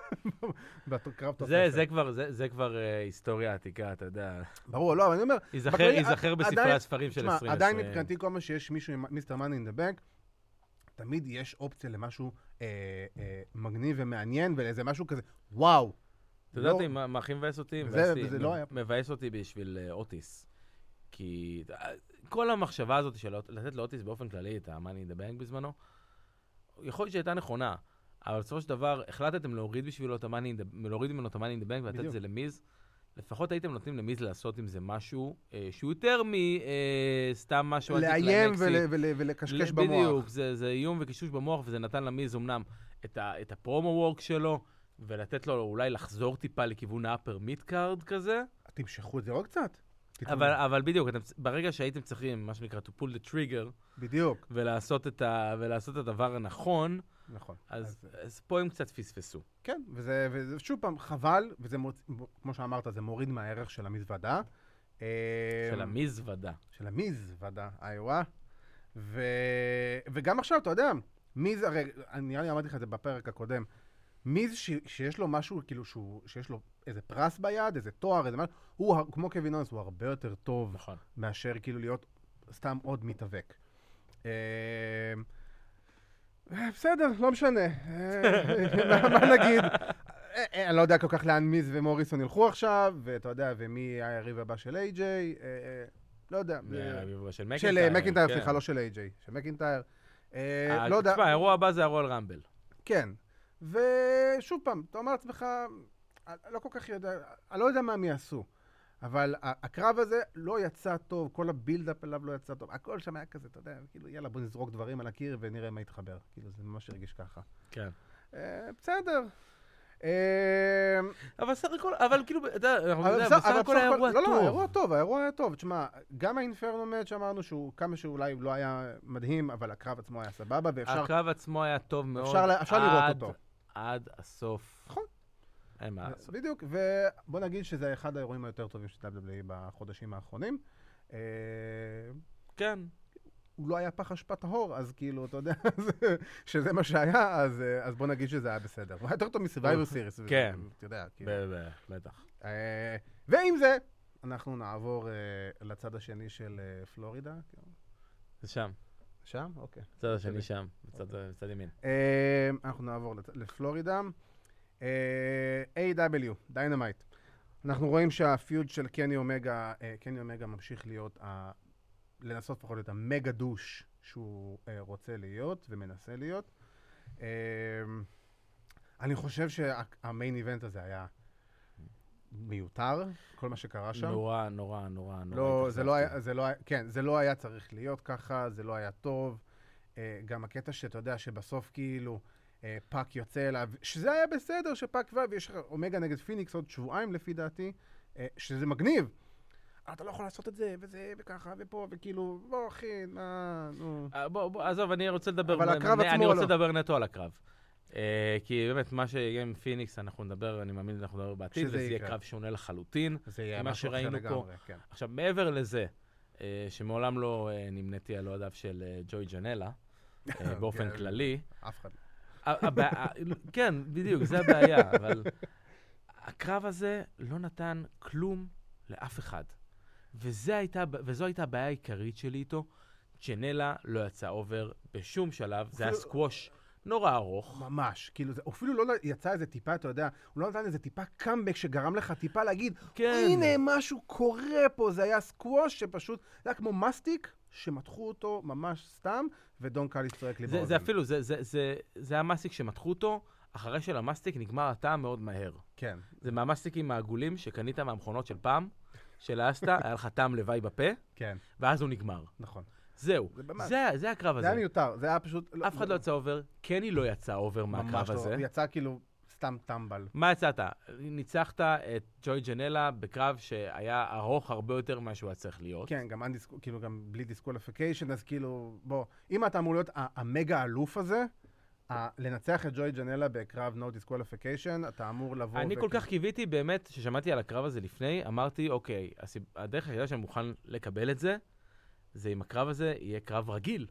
זה כבר היסטוריה עתיקה, אתה יודע. ברור, לא, אבל אני אומר... ייזכר בספרי הספרים של עשרים עשרים. עדיין מבחינתי כל מה שיש מישהו עם מיסטר מאני אין דה בנק, תמיד יש אופציה למשהו מגניב ומעניין, ולאיזה משהו כזה, וואו. אתה יודע אותי, מה הכי מבאס אותי? מבאס אותי בשביל אוטיס. כי כל המחשבה הזאת של לתת לאוטיס באופן כללי את ה-Money in the Bank בזמנו, יכול להיות שהייתה נכונה, אבל בסופו של דבר החלטתם להוריד בשבילו את ה-Money, להוריד ממנו את ה-Money in the Bank ולתת את זה למיז, לפחות הייתם נותנים למיז לעשות עם זה משהו שהוא יותר מסתם משהו לאיים ולקשקש במוח. בדיוק, זה איום וקישוש במוח, וזה נתן למיז אמנם את הפרומו וורק שלו, ולתת לו אולי לחזור טיפה לכיוון האפר מיד קארד כזה. תמשכו את זה עוד קצת. אבל, אבל בדיוק, אתם, ברגע שהייתם צריכים, מה שנקרא, to pull the trigger, בדיוק. ולעשות את, ה, ולעשות את הדבר הנכון, נכון. אז, אז, אז פה הם קצת פספסו. כן, וזה, וזה שוב פעם חבל, וזה, כמו שאמרת, זה מוריד מהערך של המזוודה. של המזוודה. של המזוודה, איואה. ו, וגם עכשיו, אתה יודע, מיז, הרי, נראה לי אמרתי לך את זה בפרק הקודם, מיז ש, שיש לו משהו, כאילו, שהוא, שיש לו איזה פרס ביד, איזה תואר, איזה משהו, הוא, כמו קווין אונס, הוא הרבה יותר טוב, נכון. מאשר כאילו להיות סתם עוד מתאבק. בסדר, לא משנה. מה נגיד? אני לא יודע כל כך לאן מיז ומוריסון ילכו עכשיו, ואתה יודע, ומי היריב הבא של איי ג'יי, לא יודע. של מקינטייר. של מקינטייר, סליחה, לא של איי ג'יי, של מקינטייר. לא יודע. תשמע, האירוע הבא זה הרול רמבל. כן. ושוב פעם, אתה אומר לעצמך, אני לא כל כך יודע, אני לא יודע מה הם יעשו, אבל הקרב הזה לא יצא טוב, כל הבילדאפ אליו לא יצא טוב, הכל שם היה כזה, אתה יודע, כאילו, יאללה, בוא נזרוק דברים על הקיר ונראה מה יתחבר. כאילו, זה ממש הרגיש ככה. כן. בסדר. אבל סך הכל, אבל כאילו, אתה יודע, בסך הכל האירוע טוב. לא, לא, האירוע טוב, האירוע היה טוב. תשמע, גם האינפרנו מאץ' שאמרנו שהוא כמה שאולי לא היה מדהים, אבל הקרב עצמו היה סבבה, ואפשר... הקרב עצמו היה טוב מאוד. אפשר לראות אותו. עד הסוף. נכון. אין מה לעשות. בדיוק, ובוא נגיד שזה אחד האירועים היותר טובים של דאבליו דאבליו איי בחודשים האחרונים. כן. הוא לא היה פח אשפה טהור, אז כאילו, אתה יודע, שזה מה שהיה, אז, אז בוא נגיד שזה היה בסדר. הוא היה יותר טוב מ-Survivor Series. כן. אתה יודע, כאילו. בטח. ועם זה, אנחנו נעבור לצד השני של פלורידה. זה שם. שם? אוקיי. הצד השני שם, בצד ימין. אנחנו נעבור לפלורידה. איי דאבליו, דיינמייט. אנחנו רואים שהפיוד של קני אומגה, קני אומגה ממשיך להיות, לנסות לפחות את המגה דוש שהוא רוצה להיות ומנסה להיות. אני חושב שהמיין איבנט הזה היה מיותר, כל מה שקרה שם. נורא, נורא, נורא, נורא. לא, זה לא היה, זה לא היה, כן, זה לא היה צריך להיות ככה, זה לא היה טוב. גם הקטע שאתה יודע שבסוף כאילו פאק יוצא אליו, שזה היה בסדר שפאק בא, ויש אומגה נגד פיניקס עוד שבועיים לפי דעתי, שזה מגניב. אתה לא יכול לעשות את זה, וזה, וככה, ופה, וכאילו, בוא אחי, מה, נו. בוא, בוא, עזוב, אני רוצה לדבר, אבל הקרב עצמו לא. אני רוצה לדבר נטו על הקרב. כי באמת, מה שיהיה עם פיניקס, אנחנו נדבר, אני מאמין, אנחנו נדבר בעתיד, וזה יהיה קרב שונה לחלוטין, ממה שראינו פה. עכשיו, מעבר לזה, שמעולם לא נמניתי על אוהדיו של ג'וי ג'נלה, באופן כללי. אף אחד. כן, בדיוק, זה הבעיה, אבל הקרב הזה לא נתן כלום לאף אחד. וזו הייתה, וזו הייתה הבעיה העיקרית שלי איתו. ג'נלה לא יצא אובר בשום שלב, זה היה סקווש נורא ארוך. ממש, כאילו, זה אפילו לא יצא איזה טיפה, אתה יודע, הוא לא נתן איזה טיפה קאמבק שגרם לך טיפה להגיד, כן. הנה, משהו קורה פה, זה היה סקווש שפשוט, זה היה כמו מסטיק, שמתחו אותו ממש סתם, ודון קאליס צועק לי באוזן. זה אפילו, זה, זה, זה, זה המסטיק שמתחו אותו, אחרי של המסטיק נגמר הטעם מאוד מהר. כן. זה מהמסטיקים העגולים שקנית מהמכונות של פעם, של האסטה, היה לך טעם לוואי בפה, כן. ואז הוא נגמר. נכון. זהו, זה ממש- זה, זה הקרב זה הזה. היה מיותר, זה היה פשוט... אף אחד לא יצא אובר, קני לא יצא אובר מהקרב ממש לא, הזה. הוא יצא כאילו סתם טמבל. מה יצאת? ניצחת את ג'וי ג'נלה בקרב שהיה ארוך הרבה יותר ממה שהוא היה צריך להיות. כן, גם אין דיסק- כאילו גם בלי דיסקוליפיקיישן, אז כאילו, בוא, אם אתה אמור להיות ה- המגה אלוף הזה, ה- לנצח את ג'וי ג'נלה בקרב no disqualification, אתה אמור לבוא... אני וכאילו- כל כך קיוויתי באמת, ששמעתי על הקרב הזה לפני, אמרתי, אוקיי, הסיב- הדרך היחידה שאני מוכן לקבל את זה, זה אם הקרב הזה יהיה קרב רגיל.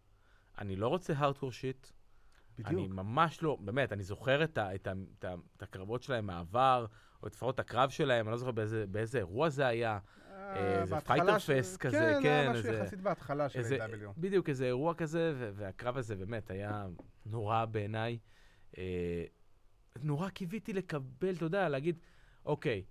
אני לא רוצה הארדקור שיט. אני בדיוק. ממש לא, באמת, אני זוכר את, ה, את, ה, את, ה, את הקרבות שלהם מהעבר, או לפחות את הקרב שלהם, אני לא זוכר באיזה, באיזה אירוע זה היה. אה, איזה בהתחלה פייטר ש- פסט כזה, כן, כן, היה משהו איזה- יחסית בהתחלה של איזה, A W. בדיוק, איזה אירוע כזה, ו- והקרב הזה באמת היה נורא בעיניי. אה, נורא קיוויתי לקבל, אתה יודע, להגיד, אוקיי,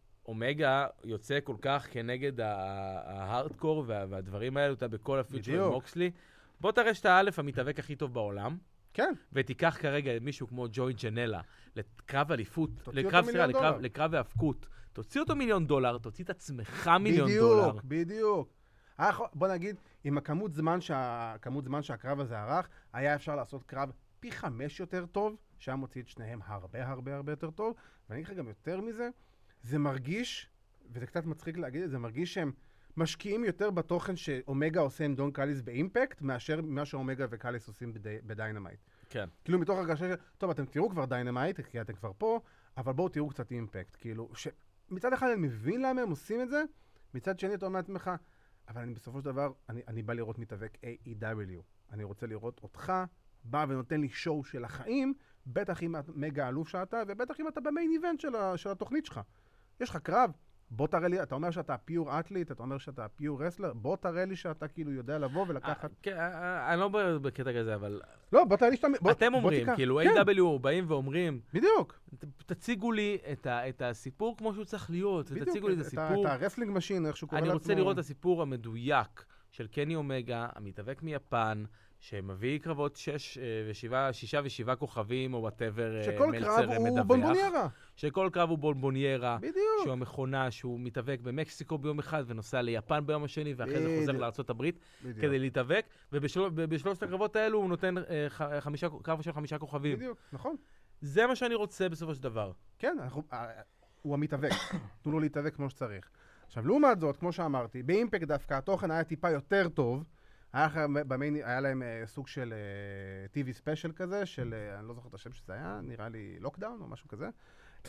אומגה יוצא כל כך כנגד ה- ההארדקור וה- והדברים האלו, אתה יודע, בכל הפיוט של בדיוק. מוקסלי. בוא תראה שאתה א', המתאבק הכי טוב בעולם, כן, ותיקח כרגע מישהו כמו ג'וי ג'נלה לקרב אליפות, תוציא לקרב, אותו סליחה, מיליון לקרב, דולר. לקרב האבקות. תוציא אותו מיליון דולר, תוציא את עצמך מיליון דולר. בדיוק, בדיוק. היה יכול- בוא נגיד, עם הכמות זמן, שה... כמות זמן שהקרב הזה ערך, היה אפשר לעשות קרב פי חמש יותר טוב, שהיה מוציא את שניהם הרבה הרבה הרבה יותר טוב, ואני אגיד לך גם יותר מזה, זה מרגיש, וזה קצת מצחיק להגיד את זה, מרגיש שהם משקיעים יותר בתוכן שאומגה עושה עם דון קאליס באימפקט, מאשר מה שאומגה וקאליס עושים בדי... בדיינמייט. כן. כאילו מתוך הרגשה של, טוב, אתם תראו כבר דיינמייט, כי אתם כבר פה, אבל בואו תראו קצת אימפקט. כאילו, שמצד אחד אני מבין למה הם עושים את זה, מצד שני אתה אומר לעצמך, אבל אני בסופו של דבר, אני, אני בא לראות מתאבק A E W. אני רוצה לראות אותך, בא ונותן לי שואו של החיים, בטח אם את מגה אלוף שאתה, ובטח אם אתה במיין איבנט של, ה, של התוכנית שלך. יש לך קרב, בוא תראה לי, אתה אומר שאתה פיור אתליט, אתה אומר שאתה פיור רסלר, בוא תראה לי שאתה כאילו יודע לבוא ולקחת... כן, אני לא בקטע כזה, אבל לא, בוא תראה לי שאתה... בוא- אתם בוא אומרים, תיקח. כאילו כן, A W באים ואומרים, בדיוק. ת- תציגו לי את ה- את הסיפור כמו שהוא צריך להיות, בדיוק, ותציגו לי את את ה- הסיפור. את הרסלינג משין, איך שהוא קורא אני לעצמו. רוצה לראות את הסיפור המדויק של קני אומגה, המתאבק מיפן, שמביא קרבות שש, אה, ושבעה, שישה ושבעה כוכבים, או וואטאבר שכל קרב הוא בונבוניירה. שכל קרב הוא בונבוניירה, בדיוק. שהוא המכונה, שהוא מתאבק במקסיקו ביום אחד, ונוסע ליפן ביום השני, ואחרי זה חוזר בדיוק. לארצות הברית, בדיוק. כדי להתאבק, ובשלושת הקרבות האלו הוא נותן אה, ח- חמישה, קרב של חמישה כוכבים. בדיוק, נכון. זה מה שאני רוצה בסופו של דבר. כן, אנחנו, אה, הוא המתאבק. תנו לו להתאבק כמו שצריך. עכשיו, לעומת זאת, כמו שאמרתי, באימפקט דווקא התוכן היה טיפה יותר טוב. היה, לך, במיין, היה להם אה, סוג של אה, טי וי ספיישל כזה, של, אה, אני לא זוכר את השם שזה היה, נראה לי לוקדאון או משהו כזה. אה,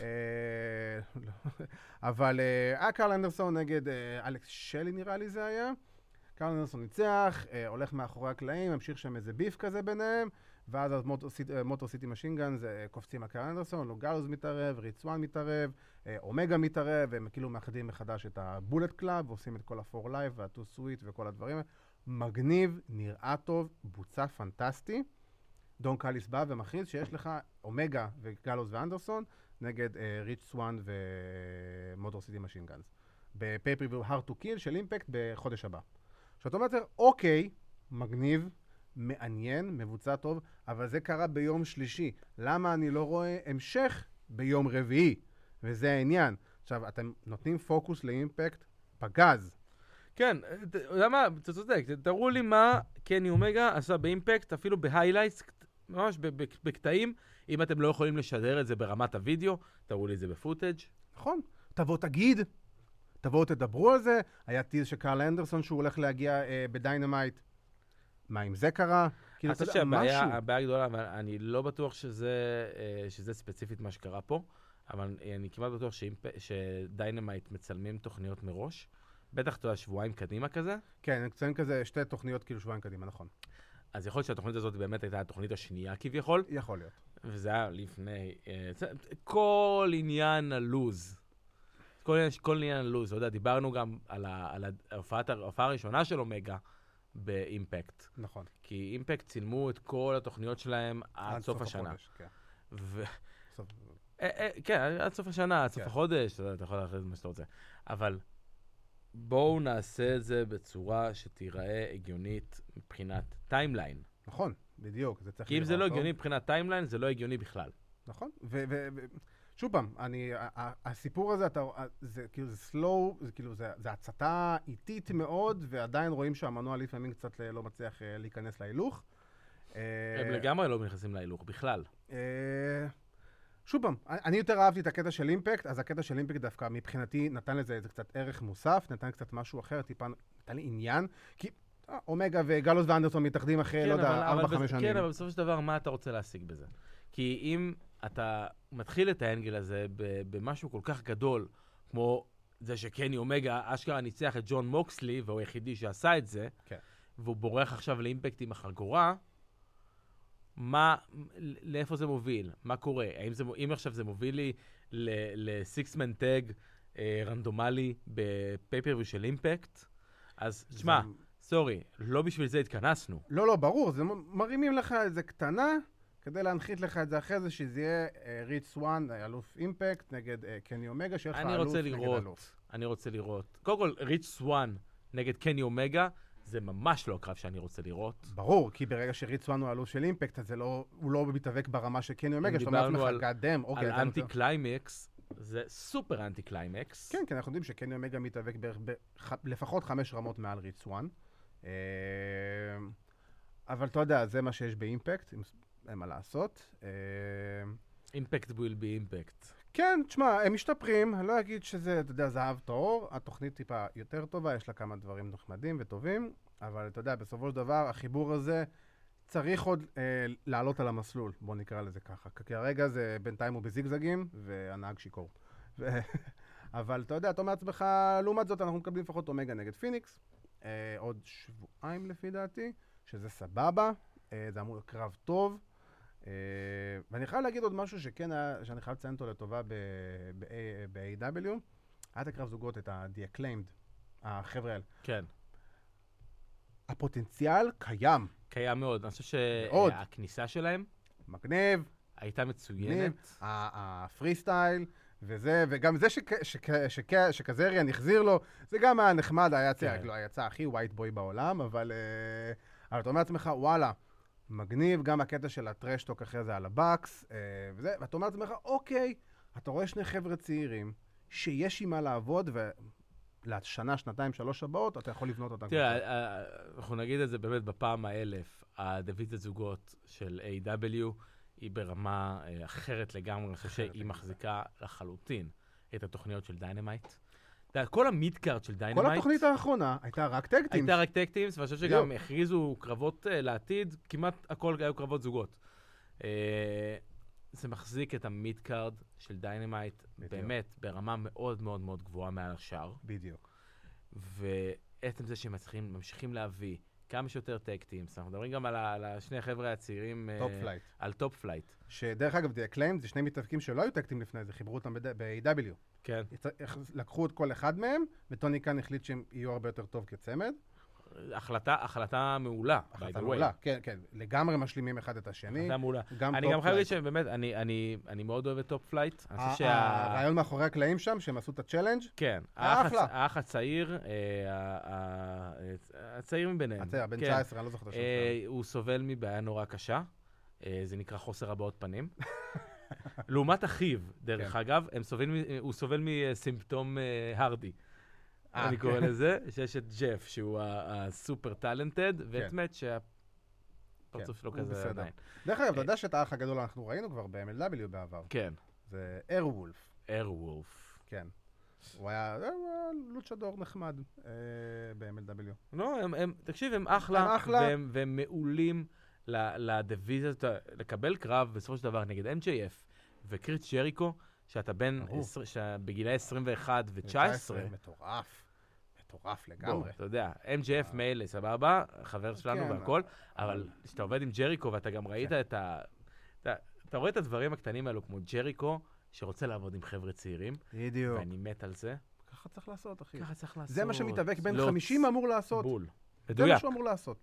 לא. אבל אה, היה קרל אנדרסון נגד אה, אלכס שלי נראה לי זה היה. קרל אנדרסון ניצח, אה, הולך מאחורי הקלעים, המשיך שם איזה ביף כזה ביניהם, ואז מוטור סיטי משינגן זה קופצים על קרל אנדרסון, לוגלוז מתערב, ריצואן מתערב, אה, אומגה מתערב, והם כאילו מאחדים מחדש את הבולט קלאב, ועושים את כל ה-פור לייב וה-טו סוויט וכל הדברים האלה. מגניב, נראה טוב, בוצע פנטסטי. דון קאליס בא ומכריז שיש לך אומגה וגלוס ואנדרסון נגד אה, ריץ' סואן ומוטור סיטי משינגנס. בפייפריוויו hard to kill של אימפקט בחודש הבא. עכשיו אתה אומר, אוקיי, מגניב, מעניין, מבוצע טוב, אבל זה קרה ביום שלישי. למה אני לא רואה המשך ביום רביעי? וזה העניין. עכשיו, אתם נותנים פוקוס לאימפקט בגז. כן, אתה יודע מה, אתה צודק, תראו לי מה קני אומגה עשה באימפקט, אפילו בהיילייטס, ממש בקטעים, אם אתם לא יכולים לשדר את זה ברמת הוידאו, תראו לי את זה בפוטאג'. נכון. תבוא תגיד, תבואו תדברו על זה. היה טיז של קרל אנדרסון שהוא הולך להגיע אה, בדיינמייט. מה אם זה קרה? כאילו, אני אתה חושב יודע, שהבעיה משהו. הבעיה גדולה, אבל אני לא בטוח שזה, אה, שזה ספציפית מה שקרה פה, אבל אני כמעט בטוח שאימפ- שדיינמייט מצלמים תוכניות מראש, בטח אתה יודע, שבועיים קדימה כזה, כן, הם קצרים כזה שתי תוכניות כאילו שבועיים קדימה, נכון. אז יכול להיות שהתוכנית הזאת באמת הייתה התוכנית השנייה כביכול, יכול להיות. וזה היה לפני, אה, זה- כל עניין הלוז, כל עניין, כל עניין הלוז, אתה יודע, דיברנו גם על, ה, על ההופעת, ההופעה הראשונה של אומגה, באימפקט. נכון. כי אימפקט צילמו את כל התוכניות שלהם עד סוף השנה. החודש, כן. ו... סוף... אה, אה, כן, עד סוף השנה, עד סוף כן. החודש, אתה יודע, אתה יכול להחליט מה שאתה רוצה. אבל בואו נעשה את זה בצורה שתיראה הגיונית מבחינת טיימליין. נכון, בדיוק. זה צריך כי אם זה לראות לא טוב. הגיוני מבחינת טיימליין, זה לא הגיוני בכלל. נכון, ו... ו... ו... שוב פעם, אני, ה- ה- הסיפור הזה, אתה, זה כאילו זה slow, זה כאילו זה, זה הצתה איטית מאוד, ועדיין רואים שהמנוע לפעמים קצת לא מצליח אה, להיכנס להילוך. הם אה, לגמרי לא נכנסים להילוך בכלל. אה, שוב פעם, אני יותר אהבתי את הקטע של אימפקט, אז הקטע של אימפקט דווקא מבחינתי נתן לזה איזה קצת ערך מוסף, נתן קצת משהו אחר, טיפה, נתן לי עניין, כי אה, אומגה וגלוס ואנדרסון מתאחדים אחרי, לא יודע, ארבע, חמש שנים. כן, אבל בסופו של דבר, מה אתה רוצה להשיג בזה? כי אם אתה מתחיל את האנגל הזה במשהו כל כך גדול, כמו זה שקני אומגה אשכרה ניצח את ג'ון מוקסלי, והוא היחידי שעשה את זה, כן. והוא בורח עכשיו לאימפקט עם החגורה, מה, לאיפה זה מוביל? מה קורה? האם זה, אם עכשיו זה מוביל לי לסיקסמן טאג אה, רנדומלי בפייפריוויו של אימפקט, אז תשמע, זה... סורי, לא בשביל זה התכנסנו. לא, לא, ברור, זה מרימים לך איזה קטנה, כדי להנחית לך את זה אחרי זה, שזה יהיה ריץ סואן, אלוף אימפקט, נגד uh, קני אומגה, שיהיה לך אלוף נגד לראות, אלוף. אני רוצה לראות. קודם כל, ריץ סואן נגד קני אומגה, זה ממש לא הקרב שאני רוצה לראות. ברור, כי ברגע שריץ סואן הוא אלוף של אימפקט, אז לא, הוא לא מתאבק ברמה של קני אומגה, שאתה אומר לך, גאדם, אוקיי. על אנטי קליימקס, זה סופר אנטי קליימקס. כן, כי אנחנו יודעים שקני אומגה מתאבק לפחות חמש רמות מעל ריץ סואן. אבל אתה יודע, זה מה שיש באימפקט. אין מה לעשות. אימפקט will be אימפקט. כן, תשמע, הם משתפרים, אני לא אגיד שזה, אתה יודע, זהב טהור, התוכנית טיפה יותר טובה, יש לה כמה דברים נחמדים וטובים, אבל אתה יודע, בסופו של דבר, החיבור הזה צריך עוד אה, לעלות על המסלול, בוא נקרא לזה ככה. כי הרגע זה בינתיים הוא בזיגזגים, והנהג שיקור. ו... אבל אתה יודע, אתה אומר לעצמך, לעומת זאת, אנחנו מקבלים לפחות אומגה נגד פיניקס, אה, עוד שבועיים לפי דעתי, שזה סבבה, אה, זה אמור קרב טוב, Uh, ואני חייב להגיד עוד משהו שכן, שאני חייב לציין אותו לטובה ב-איי דאבליו, היה את הקרב זוגות, את ה-The Acclaimed, החבר'ה האלה. כן. הפוטנציאל קיים. קיים מאוד. אני חושב שהכניסה שלהם מגניב. הייתה מצוינת. הפרי סטייל, וזה, וגם זה שקזריאן החזיר לו, זה גם היה נחמד, היה יצא הכי ווייט בוי בעולם, אבל אתה אומר לעצמך, וואלה, מגניב, גם הקטע של הטרשטוק אחרי זה על הבקס, אה, וזה, ואתה אומר לעצמך, אוקיי, אתה רואה שני חבר'ה צעירים, שיש עם מה לעבוד, ולשנה, שנתיים, שלוש הבאות, אתה יכול לבנות אותם. תראה, אנחנו נגיד את זה באמת בפעם האלף, הדיוויזיית זוגות של איי דאבליו, היא ברמה אה, אחרת לגמרי, אני חושב שהיא מחזיקה לחלוטין את התוכניות של דיינמייט. כל המידקארד של דיינמייט... כל התוכנית האחרונה הייתה רק טאג טימס. הייתה רק טאג טימס, ואני חושב שגם הכריזו קרבות לעתיד, כמעט הכל היו קרבות זוגות. זה מחזיק את המידקארד של דיינמייט, באמת, ברמה מאוד מאוד מאוד גבוהה מעל השאר. בדיוק. ועצם זה שהם ממשיכים להביא כמה שיותר טאג טימס, אנחנו מדברים גם על שני החבר'ה הצעירים... טופ פלייט. על טופ פלייט. שדרך אגב, The Acclaimed זה שני מתאבקים שלא היו טאג טים לפני זה, חיברו אותם ב-איי דאבליו. כן. לקחו את כל אחד מהם, וטוני קאן החליט שהם יהיו הרבה יותר טוב כצמד. החלטה, החלטה מעולה. החלטה מעולה, כן, כן. לגמרי משלימים אחד את השני. החלטה מעולה. אני גם חייב להגיד שבאמת, אני, אני, אני מאוד אוהב את טופ פלייט. הרעיון מאחורי הקלעים שם, שהם עשו את הצ'לנג'. כן. האח הצעיר, הצעיר מביניהם. הצעיר, בן תשע עשרה, אני לא זוכר את השם שלו. הוא סובל מבעיה נורא קשה. זה נקרא חוסר הבעות פנים. לעומת אחיו, דרך אגב, הוא סובל מסימפטום הרדי. אני קורא לזה, שיש את ג'ף, שהוא הסופר טלנטד, ואת מאט שהפרצוף שלו כזה עדיין. דרך אגב, אתה יודע שאת האח הגדול אנחנו ראינו כבר ב-אם אל דאבליו בעבר. כן. זה ארוולף. ארוולף. כן. הוא היה לוצ'דור נחמד ב-אם אל דאבליו. לא, תקשיב, הם אחלה, והם מעולים לדיוויזיה, לקבל קרב בסופו של דבר נגד אם ג'יי אף וקריס ג'ריקו, שאתה בין, בגילי עשרים ואחת ו-תשע עשרה. מטורף, מטורף לגמרי. אתה יודע, אם ג'יי אף מיילה, סבבה, חבר שלנו והכל, אבל כשאתה עובד עם ג'ריקו ואתה גם ראית את ה... אתה רואה את הדברים הקטנים האלו, כמו ג'ריקו, שרוצה לעבוד עם חבר'ה צעירים. בדיוק. ואני מת על זה. ככה צריך לעשות, אחי. ככה צריך לעשות. זה מה שמתאבק בין חמישים אמור לעשות. בול. מדויק. זה מה שהוא אמור לעשות.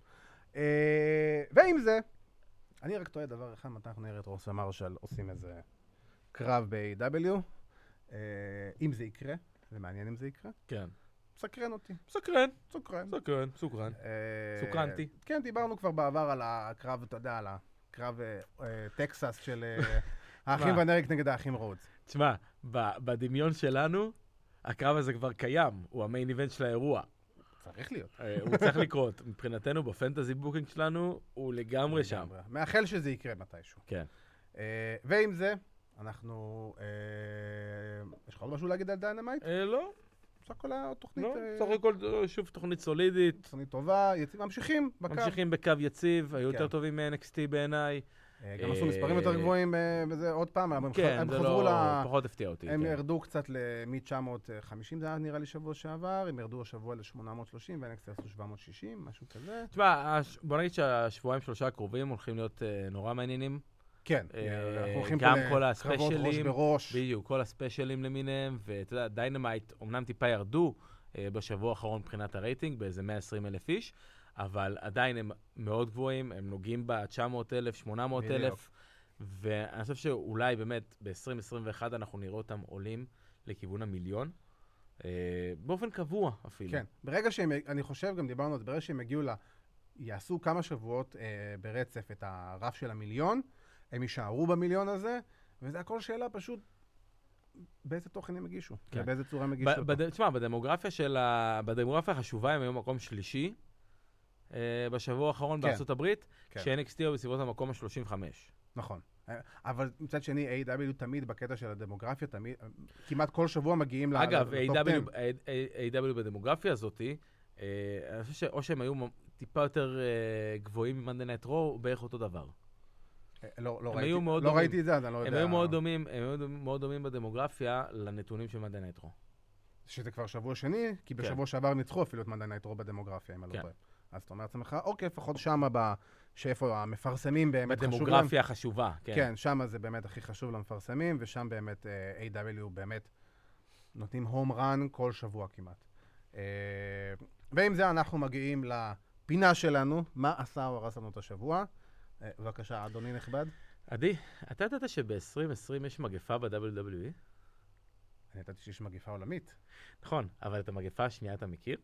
אה, ועם זה, אני רק טועה דבר אחד, מתי אנחנו נראה את רוס ומרשל עושים איזה קרב ב-איי דאבליו. אה, אם זה יקרה, זה מעניין אם זה יקרה. כן. סקרן אותי. סקרן. סוקרן. סקרן, סוקרן. אה, סוקרנתי. כן, דיברנו כבר בעבר על הקרב, אתה יודע, על הקרב אה, אה, טקסס של אה, האחים מה? ונריק נגד האחים רודס. תשמע, ב- בדמיון שלנו, הקרב הזה כבר קיים, הוא המיין איבנט של האירוע. צריך להיות. אה, הוא צריך לקרות. מבחינתנו, בפנטזי בוקינג שלנו, הוא לגמרי שם. לגמרי. מאחל שזה יקרה מתישהו. כן. אה, ועם זה, אנחנו... אה, יש לך עוד משהו להגיד על דיינמייט? אה, לא, בסך הכל התוכנית... לא, אה, סך הכל, אה, שוב, תוכנית סולידית. תוכנית טובה, יציב, ממשיכים בקו. ממשיכים בקו יציב, היו כן. יותר טובים מ-אן אקס טי בעיניי. אה, גם עשו מספרים יותר גבוהים אה, וזה עוד פעם, הם ח- כן, הם זה חזרו ל... לא... פחות הפתיע אותי. הם כן. ירדו קצת מ-תשע מאות וחמישים, זה היה נראה לי שבוע שעבר, הם ירדו השבוע ל-שמונה מאות ושלושים, ו-אן אקס טי עשו שבע מאות ושישים, משהו כזה. תשמע, הש- בוא נגיד שהשבועיים שלושה הקרובים הולכים להיות אה, נורא מעניינים. כן, אה, אנחנו הולכים גם פה כל לקרבות ראש הספיישלים, בראש. בדיוק, כל הספיישלים למיניהם, ואתה יודע, דיינמייט אומנם טיפה ירדו אה, בשבוע האחרון מבחינת הרייטינג, באיזה מאה ועשרים אלף איש, אבל עדיין הם מאוד גבוהים, הם נוגעים ב-תשע מאות אלף, שמונה מאות אלף, ואני חושב שאולי באמת ב-עשרים עשרים ואחת אנחנו נראה אותם עולים לכיוון המיליון, אה, באופן קבוע אפילו. כן, ברגע שהם, אני חושב, גם דיברנו על זה, ברגע שהם יגיעו ל... יעשו כמה שבועות אה, ברצף את הרף של המיליון, הם יישארו במיליון הזה, וזה הכל שאלה פשוט באיזה תוכן הם הגישו, כן. ובאיזה צורה הם הגישו ב- אותו. בד- תשמע, בדמוגרפיה של ה... בדמוגרפיה החשובה הם היו מקום שלישי אה, בשבוע האחרון כן. בארצות הברית, כן. ש-אן אקס טי הוא בסביבות המקום ה-שלושים וחמש. נכון. אה, אבל מצד שני, איי דאבליו תמיד בקטע של הדמוגרפיה, תמיד, אה, כמעט כל שבוע מגיעים ל- אגב, לטופ איי דאבליו עשר. איי דאבליו בדמוגרפיה הזאת, אה, אני חושב שאו שהם היו מ- טיפה יותר אה, גבוהים ממאנדי נייט רו, או בערך אותו דבר. אה, לא, לא הם ראיתי, היו מאוד לא דומים. ראיתי את זה, אז אני לא יודע. הם היו מאוד דומים, הם היו דומים- מאוד דומים בדמוגרפיה לנתונים של מאנדי נייט רו. שזה כבר שבוע שני, כי כן. בשבוע שעבר ניצחו אפילו את מאנדי נייט רו בדמוגרפיה, אם אני לא כן. טועה. אז אתה אומר לעצמך, אוקיי, לפחות שמה, ב- שאיפה המפרסמים באמת חשוב להם. בדמוגרפיה החשובה, כן. כן, שם זה באמת הכי חשוב למפרסמים, ושם באמת אה, איי דאבליו באמת נותנים הום רן כל שבוע כמעט. אה, ועם זה אנחנו מגיעים לפינה שלנו, מה עשה או הרס לנו את השבוע. אה, בבקשה, אדוני נכבד. עדי, אתה ידעת שב-עשרים עשרים יש מגפה ב-דאבליו דאבליו אי? אני ידעתי שיש מגיפה עולמית. נכון, אבל את המגפה השנייה אתה מכיר?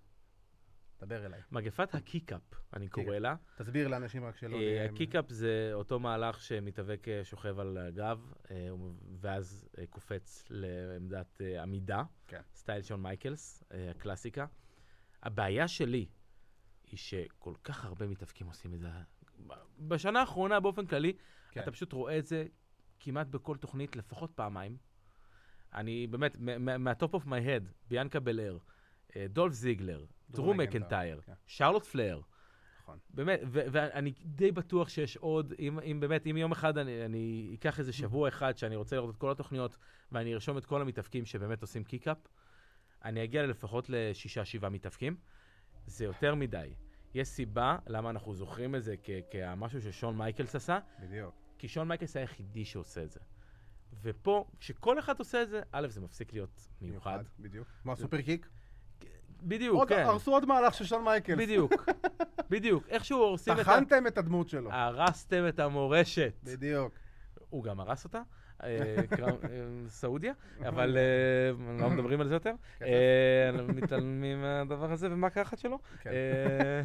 דבר אליי. מגפת הקיקאפ, אני קורא לה. תסביר לאנשים רק שלא... אה, הם- הקיקאפ זה אותו מהלך שמתאבק אה, שוכב על הגב, אה, ואז אה, קופץ לעמדת אה, עמידה, כן. סטייל שון מייקלס, אה, הקלאסיקה. הבעיה שלי היא שכל כך הרבה מתאבקים עושים את זה. בשנה האחרונה, באופן כללי, כן. אתה פשוט רואה את זה כמעט בכל תוכנית, לפחות פעמיים. אני באמת, מהטופ אוף מי הד, ביאנקה בלר, אה, דולף זיגלר, דרו מקנטייר, כן. שרלוט פלר, נכון. באמת, ו- ואני די בטוח שיש עוד, אם, אם באמת, אם יום אחד אני, אני אקח איזה שבוע אחד שאני רוצה לראות את כל התוכניות, ואני ארשום את כל המתאבקים שבאמת עושים קיק-אפ, אני אגיע לפחות לשישה, שבעה מתאבקים. זה יותר מדי. יש סיבה למה אנחנו זוכרים את זה כ- כמשהו ששון מייקלס עשה, בדיוק. כי שון מייקלס היה היחידי שעושה את זה. ופה, כשכל אחד עושה את זה, א', זה מפסיק להיות מיוחד. בדיוק. כמו הסופר קיק. בדיוק, עוד- כן. הרסו עוד מהלך של שון מייקלס. בדיוק. בדיוק. איכשהו הורסים את ה... טחנתם את הדמות שלו. הרסתם את המורשת. בדיוק. הוא גם הרס אותה, אה, קרא- אה, סעודיה, אבל אה, לא מדברים על זה יותר. אה, מתעלמים מהדבר הזה ומהקרחת שלו. כן. אה,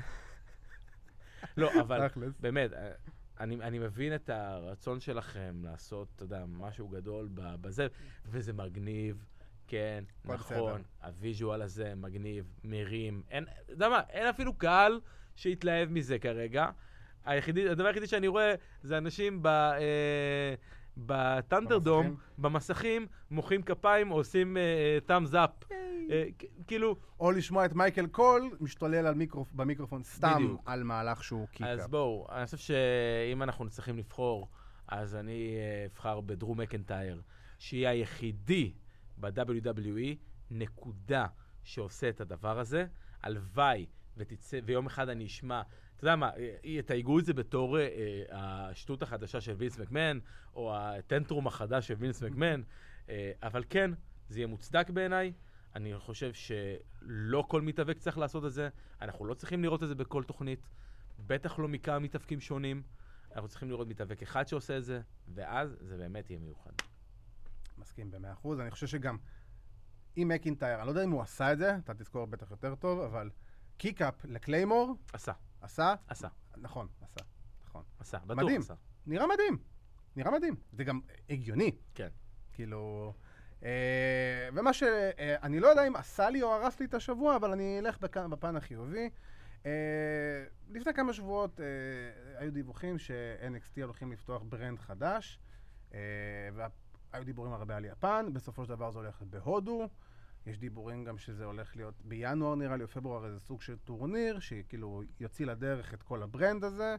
לא, אבל תכלס. באמת, אה, אני אני מבין את הרצון שלכם לעשות, אתה יודע, משהו גדול ב- בזה, וזה מגניב, כן, הכל נכון, בסדר. הוויז'ואל הזה מגניב, מרים, אין, אתה יודע מה, אין אפילו קהל שיתלהב מזה כרגע. היחידי, הדבר היחידי שאני רואה זה אנשים ב... אה, בטנדרדום, במסכים. במסכים, מוחאים כפיים, עושים תאמז אפ. כאילו, או לשמוע את מייקל קול משתולל על מיקרופ- במיקרופון סתם בדיוק. על מהלך שהוא קיקה. אז בואו, אני חושב שאם אנחנו צריכים לבחור, אז אני אה, אבחר בדרו מקנטייר, שיהיה היחידי ב-דאבליו דאבליו אי, נקודה שעושה את הדבר הזה. הלוואי ותצא, ויום אחד אני אשמע, אתה יודע מה, אה, יתייגו את זה בתור אה, השטות החדשה של וינס מקמן, או הטנטרום החדש של וינס מקמן, אה, אבל כן, זה יהיה מוצדק בעיניי. אני חושב שלא כל מתאבק צריך לעשות את זה, אנחנו לא צריכים לראות את זה בכל תוכנית, בטח לא מכמה מתאבקים שונים, אנחנו צריכים לראות מתאבק אחד שעושה את זה, ואז זה באמת יהיה מיוחד. מסכים במאה אחוז, אני חושב שגם עם מקינטייר, אני לא יודע אם הוא עשה את זה, אתה תזכור בטח יותר טוב, אבל קיקאפ לקליימור, עשה. עשה? עשה. נכון, עשה. נכון. עשה, בטוח מדהים. עשה. נראה מדהים. נראה מדהים. זה גם הגיוני. כן. כאילו... אה, ומה ש... אה, אני לא יודע אם עשה לי או הרס לי את השבוע, אבל אני אלך בכ... בפן החיובי. אה, לפני כמה שבועות אה, היו דיווחים ש-אן אקס טי הולכים לפתוח ברנד חדש, אה, והיו דיבורים הרבה על יפן, בסופו של דבר זה הולך בהודו. יש דיבורים גם שזה הולך להיות בינואר נראה לי, או פברואר, איזה סוג של טורניר, שכאילו יוציא לדרך את כל הברנד הזה.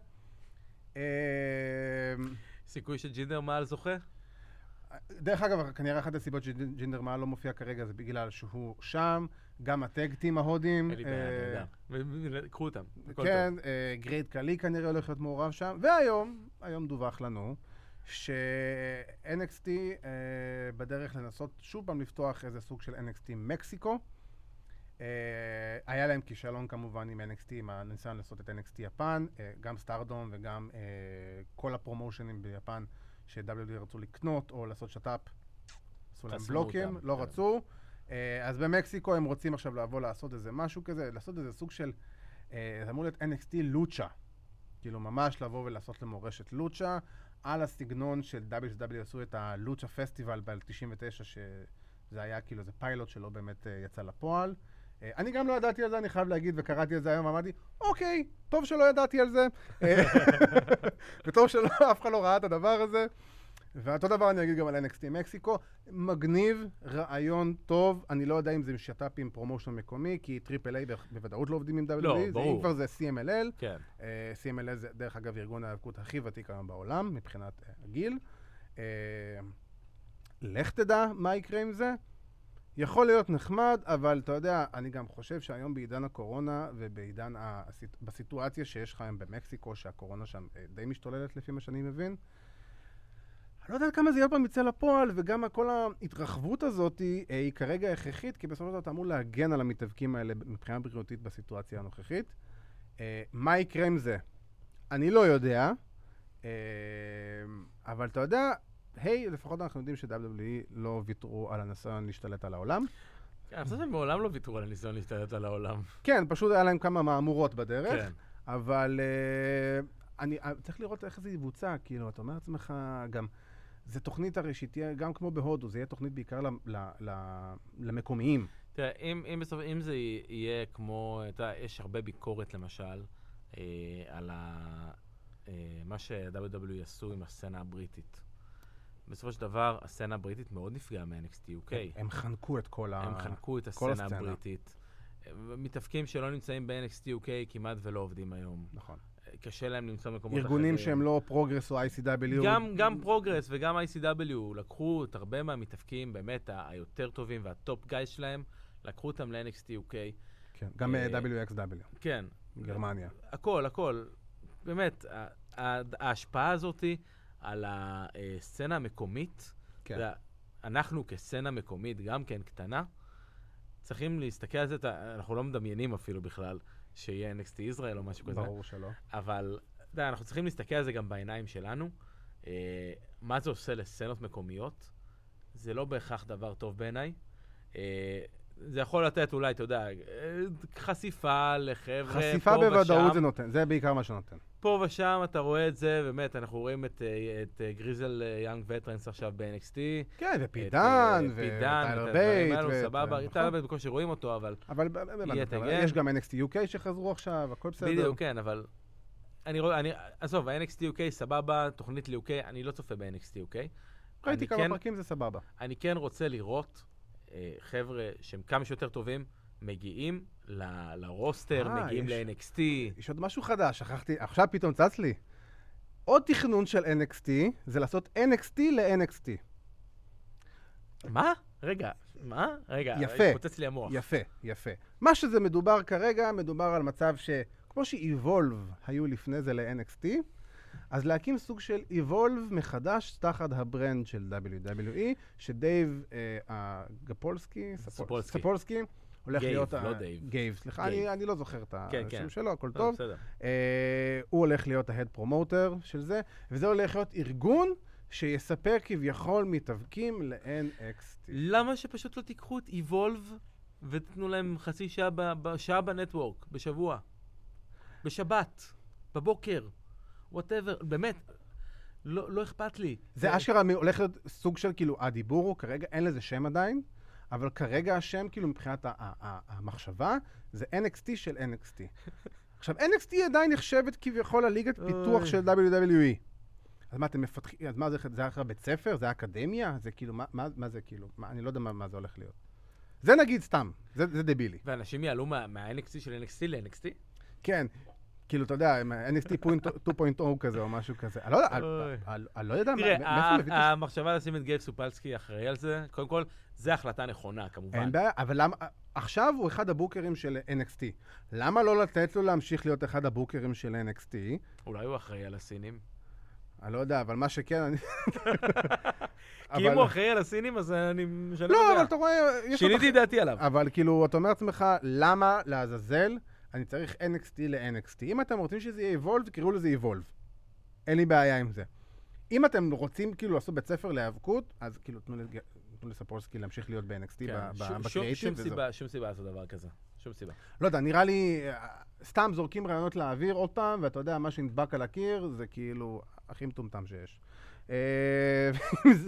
סיכוי שג'ינדר מעל זוכה? דרך אגב, כנראה אחת הסיבות שג'ינדר מעל לא מופיע כרגע זה בגלל שהוא שם, גם הטקטים ההודים. אין לי בעיה, אני יודע. קחו אותם, הכל טוב. כן, גרייט קלי כנראה הולך להיות מעורב שם, והיום, היום דווח לנו, ש-אן אקס טי בדרך לנסות שוב פעם לפתוח איזה סוג של אן אקס טי מקסיקו. היה להם כישלון כמובן עם אן אקס טי, עם הניסיון לעשות את אן אקס טי יפן, גם סטארדום וגם כל הפרומושנים ביפן ש-דאבליו דאבליו אי רצו לקנות או לעשות שטאפ, עשו להם בלוקים, לא רצו. אז במקסיקו הם רוצים עכשיו לבוא לעשות איזה משהו כזה, לעשות איזה סוג של, זה אמור להיות אן אקס טי לוצ'ה, כאילו ממש לבוא ולעשות למורשת לוצ'ה, על הסגנון של דאבליו דאבליו עשו את הלוצ'ה פסטיבל ב-תשעים ותשע, שזה היה כאילו איזה פיילוט שלא באמת יצא לפועל. אני גם לא ידעתי על זה, אני חייב להגיד, וקראתי על זה היום, אמרתי, אוקיי, טוב שלא ידעתי על זה, וטוב שלא, אף אחד לא ראה את הדבר הזה. ואותו דבר אני אגיד גם על אן אקס טי מקסיקו, מגניב, רעיון טוב, אני לא יודע אם זה שטאפ עם פרומושן מקומי, כי טריפל איי בוודאות לא עובדים עם דאבליו דאבליו אי, לא, ברור. אם כבר זה סי אם אל אל, כן. סי אם אל אל זה דרך אגב ארגון ההיאבקות הכי ותיק היום בעולם, מבחינת הגיל. לך תדע מה יקרה עם זה. יכול להיות נחמד, אבל אתה יודע, אני גם חושב שהיום בעידן הקורונה ובעידן, הסיט... בסיטואציה שיש לך היום במקסיקו, שהקורונה שם די משתוללת לפי מה שאני מבין, אני לא יודע כמה זה יהיה פעם יצא לפועל, וגם כל ההתרחבות הזאת היא כרגע הכרחית, כי בסופו של דבר אתה אמור להגן על המתאבקים האלה מבחינה בריאותית בסיטואציה הנוכחית. מה יקרה עם זה? אני לא יודע, אבל אתה יודע, היי, לפחות אנחנו יודעים ש-דאבליו דאבליו אי לא ויתרו על הניסיון להשתלט על העולם. כן, אני חושב שהם מעולם לא ויתרו על הניסיון להשתלט על העולם. כן, פשוט היה להם כמה מאמורות בדרך, כן. אבל אני צריך לראות איך זה יבוצע, כאילו, אתה אומר לעצמך גם, זה תוכנית הרי שתהיה, גם כמו בהודו, זה יהיה תוכנית בעיקר למקומיים. תראה, אם בסוף, אם זה יהיה כמו, אתה יודע, יש הרבה ביקורת למשל, על מה ש-דאבליו דאבליו אי עשו עם הסצנה הבריטית. בסופו של דבר, הסצנה הבריטית מאוד נפגעה מ-אן אקס טי יו קיי. הם חנקו את כל הסצנה. הם חנקו את הסצנה הבריטית. מתאבקים שלא נמצאים ב-אן אקס טי יו קיי כמעט ולא עובדים היום. נכון. קשה להם למצוא מקומות אחרים. ארגונים שהם לא פרוגרס או איי סי דאבליו. גם, גם פרוגרס וגם איי סי דאבליו לקחו את הרבה מהמתאבקים, באמת היותר טובים והטופ גייז שלהם, לקחו אותם ל-אן אקס טי יו קיי. כן, גם דאבליו אקס דאבליו. כן. גרמניה. הכל, הכל. באמת, ההשפעה הזאת על הסצנה המקומית, כן. אנחנו כסצנה מקומית, גם כן קטנה, צריכים להסתכל על זה, אנחנו לא מדמיינים אפילו בכלל, שיהיה אן אקס טי ישראל או משהו כזה. ברור שלא. אבל דה, אנחנו צריכים להסתכל על זה גם בעיניים שלנו. אה, מה זה עושה לסצנות מקומיות? זה לא בהכרח דבר טוב בעיניי. אה, זה יכול לתת אולי, אתה יודע, חשיפה לחבר'ה פה ושם. חשיפה בוודאות זה נותן, זה בעיקר מה שנותן. פה ושם אתה רואה את זה, באמת, אנחנו רואים את, את גריזל יאנג וטרנס עכשיו ב-אן אקס טי. כן, ופידן, וטיילר בייט. סבבה, טיילר בייט בקושי רואים אותו, אבל... אבל יש גם אן אקס טי יו קיי שחזרו עכשיו, הכל בסדר. בדיוק, כן, אבל... אני רואה, אני... עזוב, ה-אן אקס טי יו קיי סבבה, תוכנית ל-יו קיי, אני לא צופה ב-אן אקס טי יו קיי. ראיתי כמה פרקים, זה סבבה. אני כן רוצה לראות חבר'ה שהם כמה שיותר טובים, מגיעים לרוסטר, מגיעים ל-אן אקס טי. יש עוד משהו חדש, שכחתי, עכשיו פתאום צץ לי. עוד תכנון של אן אקס טי, זה לעשות אן אקס טי ל-אן אקס טי. מה? רגע, מה? רגע, יפה, פוצץ לי המוח. יפה, יפה. מה שזה מדובר כרגע, מדובר על מצב שכמו שאיבולב היו לפני זה ל-אן אקס טי, אז להקים סוג של Evolve מחדש תחת הברנד של דאבליו דאבליו אי, שדייב גפולסקי, ספולסקי. ספולסקי, הולך גייב, להיות... לא דייב. גייב, סליחה, גייב. אני, אני לא זוכר את כן, השם כן. שלו, הכל טוב, טוב. בסדר. אה, הוא הולך להיות ההד פרומוטר של זה, וזה הולך להיות ארגון שיספר כביכול מתאבקים ל-אן אקס טי. למה שפשוט לא תיקחו את Evolve ותתנו להם חצי שעה, ב- ב- שעה בנטוורק, בשבוע, בשבת, בבוקר, whatever, באמת, לא, לא אכפת לי. זה אשכרה מ- הולך להיות סוג של כאילו, הדיבור הוא כרגע, אין לזה שם עדיין, אבל כרגע השם כאילו מבחינת ה- ה- ה- המחשבה, זה אן אקס טי של אן אקס טי. עכשיו, אן אקס טי עדיין נחשבת כביכול הליגת פיתוח אוי. של דאבליו דאבליו אי. אז מה, אתם מפתחים, אז מה זה, זה אחר בית ספר? זה אקדמיה? זה כאילו, מה, מה, מה זה כאילו? מה, אני לא יודע מה, מה זה הולך להיות. זה נגיד סתם, זה, זה דבילי. ואנשים יעלו מה- מה-אן אקס טי של אן אקס טי ל-אן אקס טי? כן, כאילו, אתה יודע, אן אקס טי שתיים נקודה אפס כזה או משהו כזה. אני לא יודע, אוי. אני- אני- אני לא יודע מה- תראה, מאיפה ה- מביא את הש... המחשבה לשים את גייב סופלסקי אחראי על זה, קודם כל, זה החלטה נכונה, כמובן. אין בעיה, אבל למה... עכשיו הוא אחד הבוקרים של אן אקס טי. למה לא לתת לו להמשיך להיות אחד הבוקרים של אן אקס טי? אולי הוא אחראי על הסינים? אני לא יודע, אבל מה שכן, אני... כי אם הוא אחראי על הסינים, אז אני משנה לא, בדעה. אבל אתה רואה... יש לו שיניתי את דעתי עליו. אבל כאילו, אתה אומר לעצמך, למה לעזאזל אני צריך אן אקס טי ל-אן אקס טי? אם אתם רוצים שזה יהיה Evolve, תקראו לזה Evolve. אין לי בעיה עם זה. אם אתם רוצים כאילו לעשות בית ספר להיאבקות, אז כאילו תנו לג- תנו לספולסקי להמשיך להיות ב-אן אקס טי כן, ב- שום- ב- שום- בקריאיטיב. שום וזהו. סיבה, שום סיבה לעשות דבר כזה. שום סיבה. לא יודע, נראה לי, אה, סתם זורקים רעיונות לאוויר עוד פעם, ואתה יודע, מה שנדבק על הקיר זה כאילו הכי מטומטם שיש. אה, ועם זה,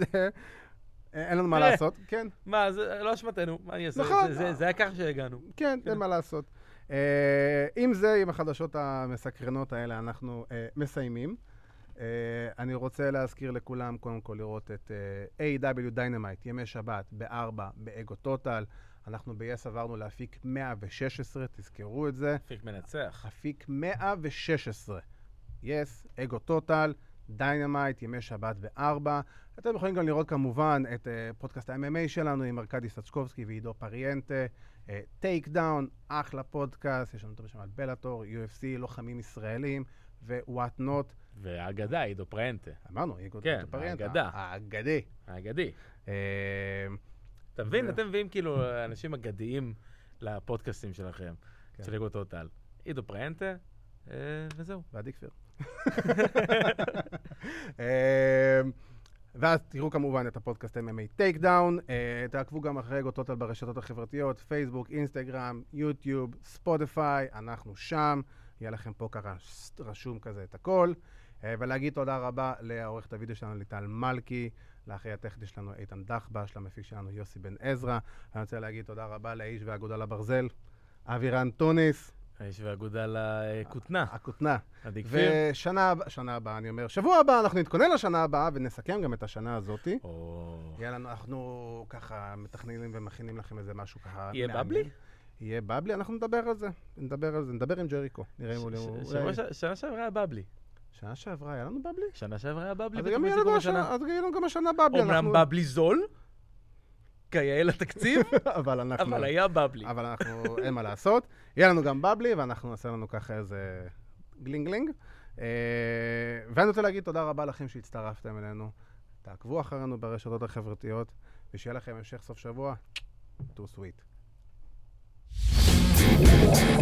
אה, אין לנו מה תראה. לעשות. כן, מה, זה לא אשמתנו, מה אני אעשה? נכון. זה- זה- זה היה ככה שהגענו. כן, אין מה לעשות. אה, עם זה, עם החדשות המסקרנות האלה, אנחנו אה, מסיימים. אה, אני רוצה להזכיר לכולם, קודם כל, לראות את אה, איי דאבליו Dynamite, ימי שבת, בארבע, באגו טוטל. אנחנו ב-יס עברנו להפיק מאה ושש עשרה, תזכרו את זה. פיק מנצח. אפיק מאה ושש עשרה. יס, אגו טוטל, דיינמייט, ימי שבת בארבע. אתם יכולים גם לראות כמובן את uh, פודקאסט ה-אם אם איי שלנו עם ארקדי סצ'קובסקי ועידו פריאנטה. טייק דאון, אחלה פודקאסט, יש לנו אותו בשם על בלאטור, יו אף סי, לוחמים ישראלים ו-what not. והאגדה, עידו פריאנטה. אמרנו, עידו כן, פריאנטה. האגדה. האגדי. האגדי. אה, אתה מבין? זה- אתם מביאים כאילו אנשים אגדיים לפודקאסטים שלכם, כן. של אגו טוטל. עידו פריאנטה, אה, וזהו. ועדי כפיר. אה, ואז תראו כמובן את הפודקאסט אם אם איי טייק דאון, תעקבו גם אחרי אגו טוטל ברשתות החברתיות, פייסבוק, אינסטגרם, יוטיוב, ספוטיפיי, אנחנו שם, יהיה לכם פה ככה רשום כזה את הכל, אה, ולהגיד תודה רבה לעורכת הוידאו שלנו ליטל מלכי, לאחרי הטכני שלנו איתן דחבש, למפיק שלנו יוסי בן עזרא, אני רוצה להגיד תודה רבה לאיש והאגודה לברזל, אבירן טוניס, האיש והאגודה לכותנה, הכותנה. עדי כפיר. ושנה הבאה, שנה הבאה, אני אומר, שבוע הבא אנחנו נתכונן לשנה הבאה ונסכם גם את השנה הזאתי. או... יהיה לנו, אנחנו ככה מתכננים ומכינים לכם איזה משהו ככה... יהיה מעניין. בבלי? יהיה בבלי, אנחנו נדבר על זה. נדבר על זה, נדבר עם ג'ריקו. נראה אם הוא... ש- אולי- שבוע ש- שנה שעברה היה בבלי. שנה שעברה, היה לנו בבלי? שנה שעברה היה בבלי אז בתוך גם יהיה סיכום לנו השנה. השנה, אז יהיה לנו גם השנה בבלי. אומנם אנחנו- בבלי זול, כיאה לתקציב, אבל אנחנו... אבל היה בבלי. אבל אנחנו, אין מה לעשות. יהיה לנו גם בבלי, ואנחנו נעשה לנו ככה איזה גלינג-גלינג. אה, ואני רוצה להגיד תודה רבה לכם שהצטרפתם אלינו. תעקבו אחרינו ברשתות החברתיות, ושיהיה לכם המשך סוף שבוע. too sweet.